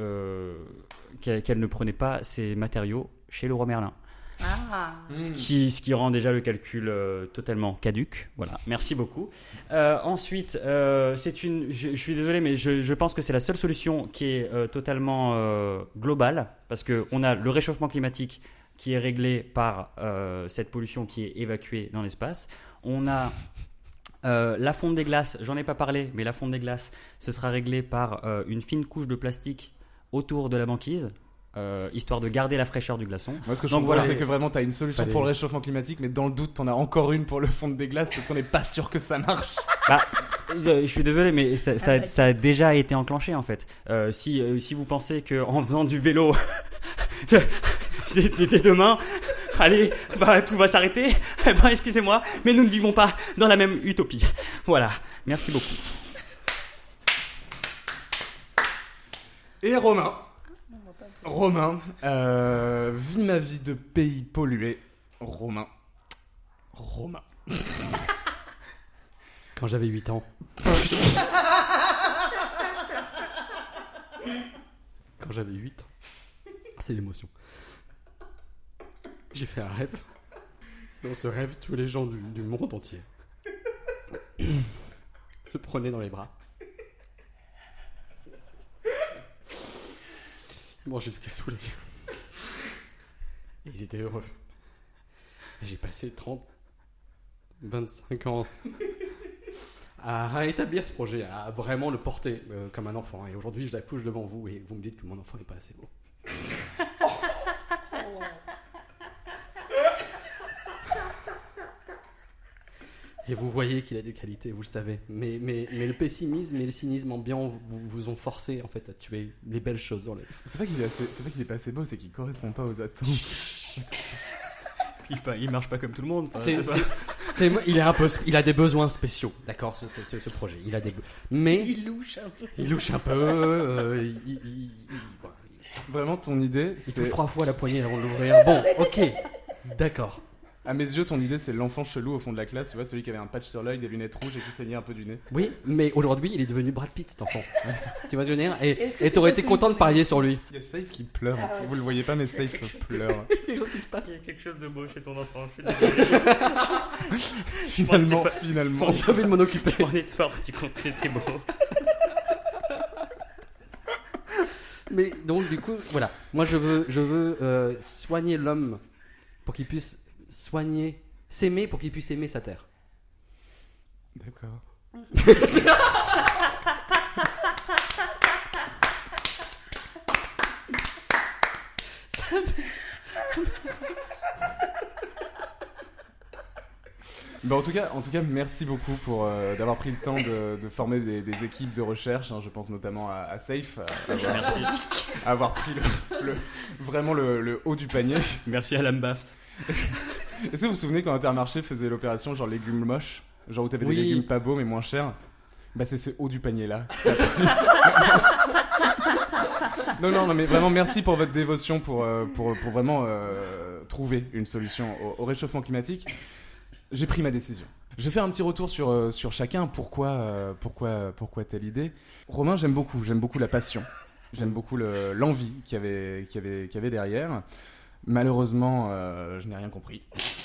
Speaker 4: prenait pas ses matériaux chez Leroy Merlin.
Speaker 6: Ah.
Speaker 4: Ce qui rend déjà le calcul totalement caduc. Voilà, merci beaucoup. Ensuite, je suis désolé, mais je pense que c'est la seule solution qui est totalement globale, parce qu'on a le réchauffement climatique qui est réglé par cette pollution qui est évacuée dans l'espace. On a La fonte des glaces, j'en ai pas parlé, mais la fonte des glaces, ce sera réglé par une fine couche de plastique autour de la banquise, histoire de garder la fraîcheur du glaçon.
Speaker 3: Moi, ce que je
Speaker 4: Donc
Speaker 3: trouve
Speaker 4: voilà.
Speaker 3: c'est que vraiment t'as une solution
Speaker 5: Fallait-
Speaker 3: pour le réchauffement climatique, mais dans le doute, t'en as encore une pour le fond des glaces parce qu'on n'est pas sûr que ça marche.
Speaker 4: Bah, je suis désolé, mais ça a déjà été enclenché en fait. Si vous pensez que en faisant du vélo dès demain, allez, bah tout va s'arrêter, eh ben excusez-moi, mais nous ne vivons pas dans la même utopie. Voilà, merci beaucoup.
Speaker 3: Et Romain, vis ma vie de pays pollué. Romain.
Speaker 5: Quand j'avais 8 ans. Quand j'avais 8 ans. C'est l'émotion. J'ai fait un rêve. Dans ce rêve, tous les gens du monde entier se prenaient dans les bras. Ils mangeaient du cassoulet. Et ils étaient heureux. Et j'ai passé 25 ans à établir ce projet, à vraiment le porter comme un enfant. Et aujourd'hui, je l'accouche devant vous et vous me dites que mon enfant n'est pas assez beau. Et vous voyez qu'il a des qualités, vous le savez. Mais le pessimisme et le cynisme ambiant vous ont forcé en fait à tuer les belles choses dans la vie.
Speaker 3: C'est pas qu'il est pas assez beau, c'est qu'il correspond pas aux attentes.
Speaker 4: Il marche pas comme tout le monde.
Speaker 5: Il a des besoins spéciaux, d'accord, ce projet. Il a des, mais
Speaker 6: Il louche un peu.
Speaker 5: il louche un peu.
Speaker 3: Vraiment, ton idée,
Speaker 5: Il
Speaker 3: c'est...
Speaker 5: touche 3 fois la poignée avant de l'ouvrir. Bon, ok, d'accord.
Speaker 3: À mes yeux, ton idée, c'est l'enfant chelou au fond de la classe, tu vois, celui qui avait un patch sur l'œil, des lunettes rouges et qui saignait un peu du nez.
Speaker 5: Oui, mais aujourd'hui, il est devenu Brad Pitt, cet enfant. Tu vois ce que je veux dire?
Speaker 6: Est-ce que
Speaker 5: Et
Speaker 6: c'est
Speaker 5: t'aurais
Speaker 6: pas
Speaker 5: été
Speaker 6: celui
Speaker 5: content de
Speaker 6: qui-
Speaker 5: parier sur lui.
Speaker 3: Il y a Safe qui pleure. Vous le voyez pas, mais Safe pleure.
Speaker 5: Quelque chose qui se passe.
Speaker 4: Il y a quelque chose de beau chez ton enfant.
Speaker 3: Finalement.
Speaker 5: J'ai envie de m'en occuper.
Speaker 4: On est pas parti compter, c'est beau.
Speaker 5: Mais donc, du coup, voilà. Moi, je veux soigner l'homme pour qu'il puisse s'aimer pour qu'il puisse aimer sa terre.
Speaker 3: D'accord. Bah, en tout cas, merci beaucoup pour d'avoir pris le temps de former des équipes de recherche. Hein, je pense notamment à Safe, à avoir pris vraiment le haut du panier.
Speaker 4: Merci à Lambafs.
Speaker 3: Est-ce que vous vous souvenez quand Intermarché faisait l'opération genre légumes moches, genre où t'avais
Speaker 5: Oui.
Speaker 3: des légumes pas beaux mais moins chers? Bah c'est ce haut du panier là. Non, mais vraiment merci pour votre dévotion pour vraiment trouver une solution au réchauffement climatique. J'ai pris ma décision. Je vais faire un petit retour sur chacun. Pourquoi telle idée? Romain, j'aime beaucoup la passion. J'aime beaucoup l'envie qu'il y avait derrière. Malheureusement, je n'ai rien compris.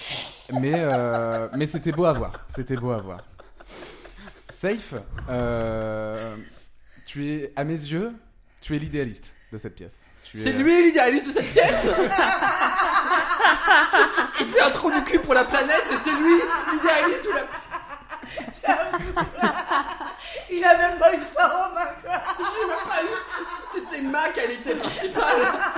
Speaker 3: Mais c'était beau à voir. Safe, tu es, à mes yeux, tu es l'idéaliste de cette pièce.
Speaker 5: C'est lui l'idéaliste de cette pièce. Il fait un trou du cul pour la planète et c'est lui l'idéaliste de la...
Speaker 6: Il a même pas eu ça, Romain, quoi.
Speaker 5: J'ai même pas eu... C'était ma qualité principale.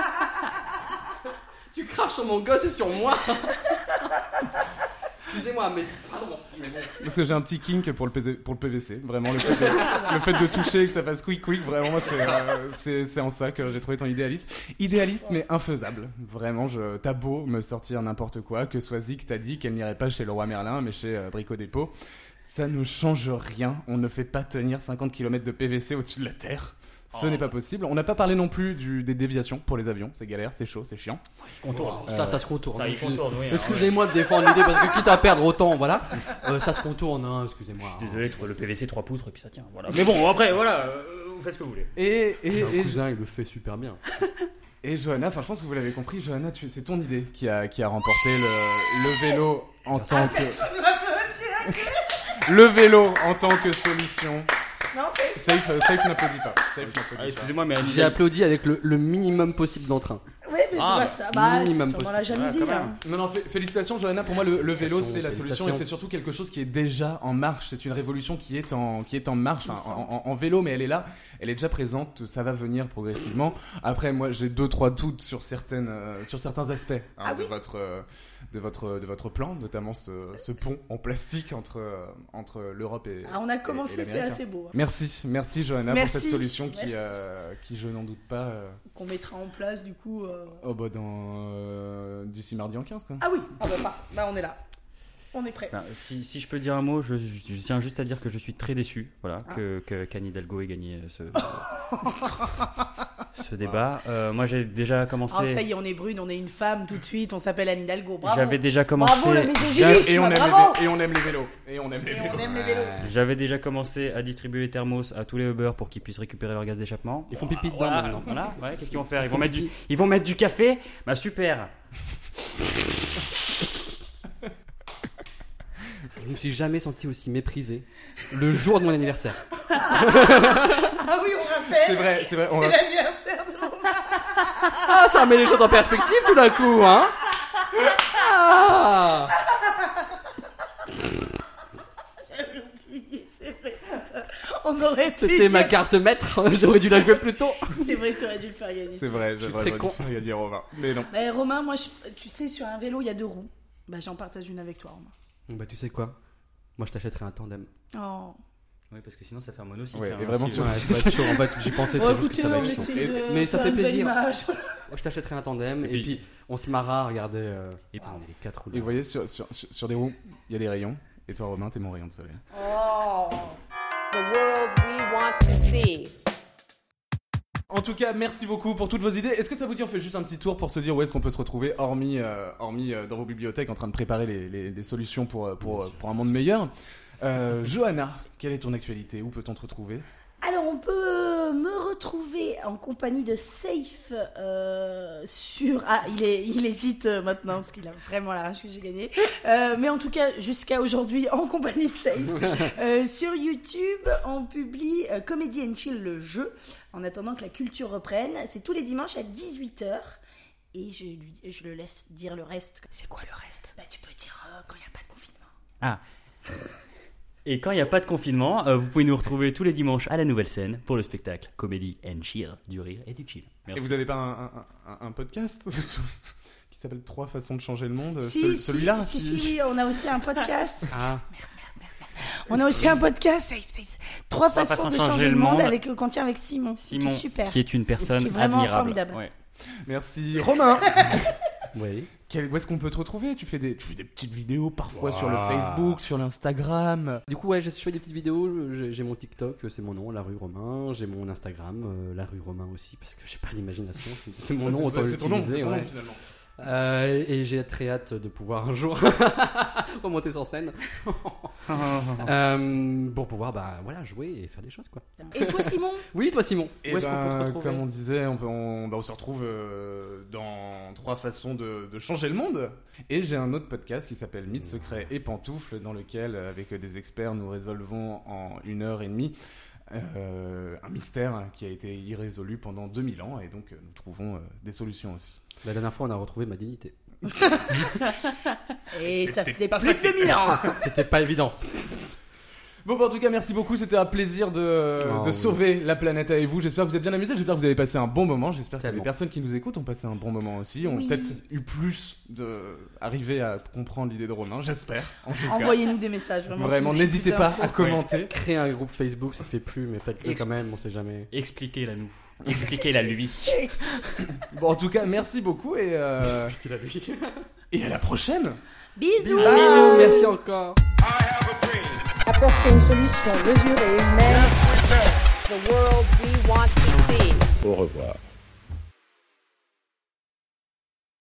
Speaker 5: Tu craches sur mon gosse et sur moi. Excusez-moi, mais pardon. Mais bon.
Speaker 3: Parce que j'ai un petit kink pour le PVC. Vraiment, le fait de toucher et que ça fasse quick, vraiment, moi, c'est en ça que j'ai trouvé ton idéaliste. Idéaliste, mais infaisable. Vraiment, t'as beau me sortir n'importe quoi, que Swazik t'a dit qu'elle n'irait pas chez le roi Merlin, mais chez Brico Dépôt. Ça ne change rien. On ne fait pas tenir 50 km de PVC au-dessus de la Terre. Ce n'est pas possible. On n'a pas parlé non plus des déviations pour les avions. C'est galère, c'est chaud, c'est chiant.
Speaker 5: Ça se contourne.
Speaker 4: Ça, il contourne, oui.
Speaker 5: Excusez-moi de défendre l'idée parce que quitte à perdre autant, voilà. Ça se contourne, hein, excusez-moi.
Speaker 4: Désolé, le PVC 3 poutres et puis ça tient. Voilà. Mais bon, après, voilà, vous faites ce que vous voulez.
Speaker 3: Et
Speaker 5: Mon cousin, il le fait super bien.
Speaker 3: Et Johanna, je pense que vous l'avez compris, Johanna, c'est ton idée qui a remporté le vélo en tant que... Le vélo en tant que solution.
Speaker 6: Non, c'est...
Speaker 3: Safe n'applaudit pas.
Speaker 4: Excusez-moi, mais
Speaker 5: J'ai applaudi avec le minimum possible d'entrain.
Speaker 6: Oui, je vois ça. Bah, c'est
Speaker 5: minimum
Speaker 6: sûrement la
Speaker 5: possible.
Speaker 6: jalousie.
Speaker 3: Ouais, quand même.
Speaker 6: hein.
Speaker 3: Non, félicitations Johanna, pour moi le vélo c'est la solution et
Speaker 5: Félicitations.
Speaker 3: c'est surtout quelque chose qui est déjà en marche, c'est une révolution qui est en marche, enfin, en vélo, mais elle est là, elle est déjà présente, ça va venir progressivement. Après moi j'ai 2-3 doutes sur certains aspects de votre plan, notamment ce pont en plastique entre l'Europe et
Speaker 6: Ah, on a commencé,
Speaker 3: et
Speaker 6: c'est
Speaker 3: l'Amérique.
Speaker 6: assez beau. hein.
Speaker 3: Merci Johanna
Speaker 6: Merci.
Speaker 3: pour cette solution qui
Speaker 6: Merci.
Speaker 3: je n'en doute pas
Speaker 6: Qu'on mettra en place du coup.
Speaker 3: d'ici mardi en 15 quoi.
Speaker 6: Ah oui, ah bah parfait. Bah on est là. On est prêt.
Speaker 4: Ben, si je peux dire un mot, je tiens juste à dire que je suis très déçu, voilà, qu'Anne Hidalgo ait gagné ce débat. Moi, j'ai déjà commencé.
Speaker 6: Ah ça y est, on est brune, on est une femme tout de suite, on s'appelle Anne Hidalgo. Bravo.
Speaker 4: J'avais déjà commencé.
Speaker 6: Bravo le misogynisme.
Speaker 3: Et on
Speaker 6: bravo.
Speaker 3: aime les vélos. Et on aime les vélos.
Speaker 4: J'avais déjà commencé à distribuer les thermos à tous les Uber pour qu'ils puissent récupérer leur gaz d'échappement.
Speaker 5: Ils font pipi dedans
Speaker 4: Voilà,
Speaker 5: maintenant.
Speaker 4: voilà, ouais, qu'est-ce qu'ils vont faire ils vont mettre du café. Bah super.
Speaker 5: Je me suis jamais senti aussi méprisé le jour de mon anniversaire.
Speaker 6: Ah oui, on rappelle.
Speaker 3: C'est vrai.
Speaker 6: C'est l'anniversaire de mon
Speaker 5: Ah, ça met les choses en perspective tout d'un coup, hein. Ah.
Speaker 6: C'est vrai, putain. On aurait pu.
Speaker 5: C'était ma carte maître, j'aurais dû la jouer plus tôt.
Speaker 6: C'est vrai, tu aurais dû le faire gagner.
Speaker 3: C'est vrai,
Speaker 5: Je suis
Speaker 3: j'aurais
Speaker 5: très
Speaker 3: dû
Speaker 5: con.
Speaker 3: faire gagner Romain. Mais non.
Speaker 6: Mais Romain, moi, tu sais, sur un vélo, il y a 2 roues. Bah, j'en partage une avec toi, Romain.
Speaker 5: Bah tu sais quoi, moi je t'achèterai un tandem.
Speaker 6: Oh.
Speaker 4: Oui, parce que sinon ça fait un monocycle.
Speaker 3: Ouais,
Speaker 4: hein,
Speaker 3: et vraiment
Speaker 4: aussi,
Speaker 3: sur-
Speaker 4: ouais.
Speaker 5: Ouais, ça va être chaud. En fait, j'y pensais, c'est juste que ça va être chaud. Mais ça fait plaisir. Je t'achèterai un tandem et puis on se marra à regarder.
Speaker 4: Et puis-
Speaker 5: on est les 4 roues.
Speaker 3: Et vous voyez, sur des roues, il y a des rayons. Et toi, Romain, t'es mon rayon de soleil.
Speaker 6: Oh.
Speaker 1: The world we want to see.
Speaker 3: En tout cas, merci beaucoup pour toutes vos idées. Est-ce que ça vous dit, on fait juste un petit tour pour se dire où est-ce qu'on peut se retrouver, hormis dans vos bibliothèques, en train de préparer les solutions pour un monde meilleur. Johanna, quelle est ton actualité? Où peut-on te retrouver?
Speaker 6: Alors, on peut me retrouver en compagnie de Safe sur... Ah, il hésite maintenant parce qu'il a vraiment la rage que j'ai gagné. Mais en tout cas, jusqu'à aujourd'hui, en compagnie de Safe. Sur YouTube, on publie Comedy and Chill, le jeu, en attendant que la culture reprenne. C'est tous les dimanches à 18h. Et je le laisse dire le reste. C'est quoi le reste? Bah, tu peux dire quand il n'y a pas de confinement.
Speaker 4: Ah. Et quand il n'y a pas de confinement, vous pouvez nous retrouver tous les dimanches à la Nouvelle Scène pour le spectacle Comedy and Chill, du rire et du chill. Merci.
Speaker 3: Et vous n'avez pas un podcast qui s'appelle 3 façons de changer le monde?
Speaker 6: Si,
Speaker 3: celui-là
Speaker 6: si, on a aussi un podcast.
Speaker 5: Ah,
Speaker 6: On a aussi un podcast, Safe. 3 façons de changer le monde qu'on tient avec Simon.
Speaker 4: Simon,
Speaker 6: qui est super.
Speaker 4: qui est une personne
Speaker 6: Qui est vraiment
Speaker 4: admirable.
Speaker 6: formidable.
Speaker 4: Ouais.
Speaker 3: Merci. Romain,
Speaker 5: oui.
Speaker 3: où est-ce qu'on peut te retrouver? Tu fais des petites vidéos parfois sur le
Speaker 5: Wow.
Speaker 3: Facebook, sur l'Instagram.
Speaker 5: Du coup, ouais, je fais des petites vidéos. J'ai mon TikTok, c'est mon nom, La Rue Romain. J'ai mon Instagram, La Rue Romain aussi, parce que j'ai pas d'imagination. C'est mon nom, autant
Speaker 3: C'est ton nom,
Speaker 5: l'utiliser. Ouais.
Speaker 3: finalement.
Speaker 5: Et j'ai très hâte de pouvoir un jour remonter sur scène pour pouvoir jouer et faire des choses quoi.
Speaker 6: Et toi, Simon?
Speaker 5: Oui, toi Simon.
Speaker 3: Et
Speaker 4: Où est-ce qu'on peut te retrouver?
Speaker 3: comme on disait, on se retrouve dans 3 façons de changer le monde. Et j'ai un autre podcast qui s'appelle Mythes, secrets et pantoufles, dans lequel, avec des experts, nous résolvons en 1h30 un mystère qui a été irrésolu pendant 2000 ans. Et donc, nous trouvons des solutions aussi.
Speaker 5: La dernière fois, on a retrouvé ma dignité.
Speaker 6: Et ça
Speaker 3: C'était
Speaker 6: faisait
Speaker 3: pas
Speaker 6: plus de 2000 ans.
Speaker 5: C'était pas évident.
Speaker 3: Bon, en tout cas, merci beaucoup. C'était un plaisir de
Speaker 5: oui.
Speaker 3: sauver la planète avec vous. J'espère que vous êtes bien amusés. J'espère que vous avez passé un bon moment. J'espère que les
Speaker 5: Tellement.
Speaker 3: personnes qui nous écoutent ont passé un bon moment aussi. Ont
Speaker 6: Oui.
Speaker 3: peut-être eu plus arrivé à comprendre l'idée de Romain. J'espère. En tout cas.
Speaker 6: Envoyez-nous des messages, vraiment.
Speaker 3: Vraiment,
Speaker 6: si vous avez
Speaker 3: n'hésitez
Speaker 6: plus
Speaker 3: pas
Speaker 6: d'infos.
Speaker 3: à commenter.
Speaker 5: Créer un groupe Facebook, ça se fait plus, mais faites-le quand même, on sait jamais.
Speaker 4: Expliquez-la nous. Expliquez-la lui.
Speaker 3: Bon, en tout cas, merci beaucoup et
Speaker 5: Expliquez-la lui.
Speaker 3: et à la prochaine.
Speaker 6: Bisous.
Speaker 5: Bisous, merci encore.
Speaker 1: Apporter une solution mesurée, humaine.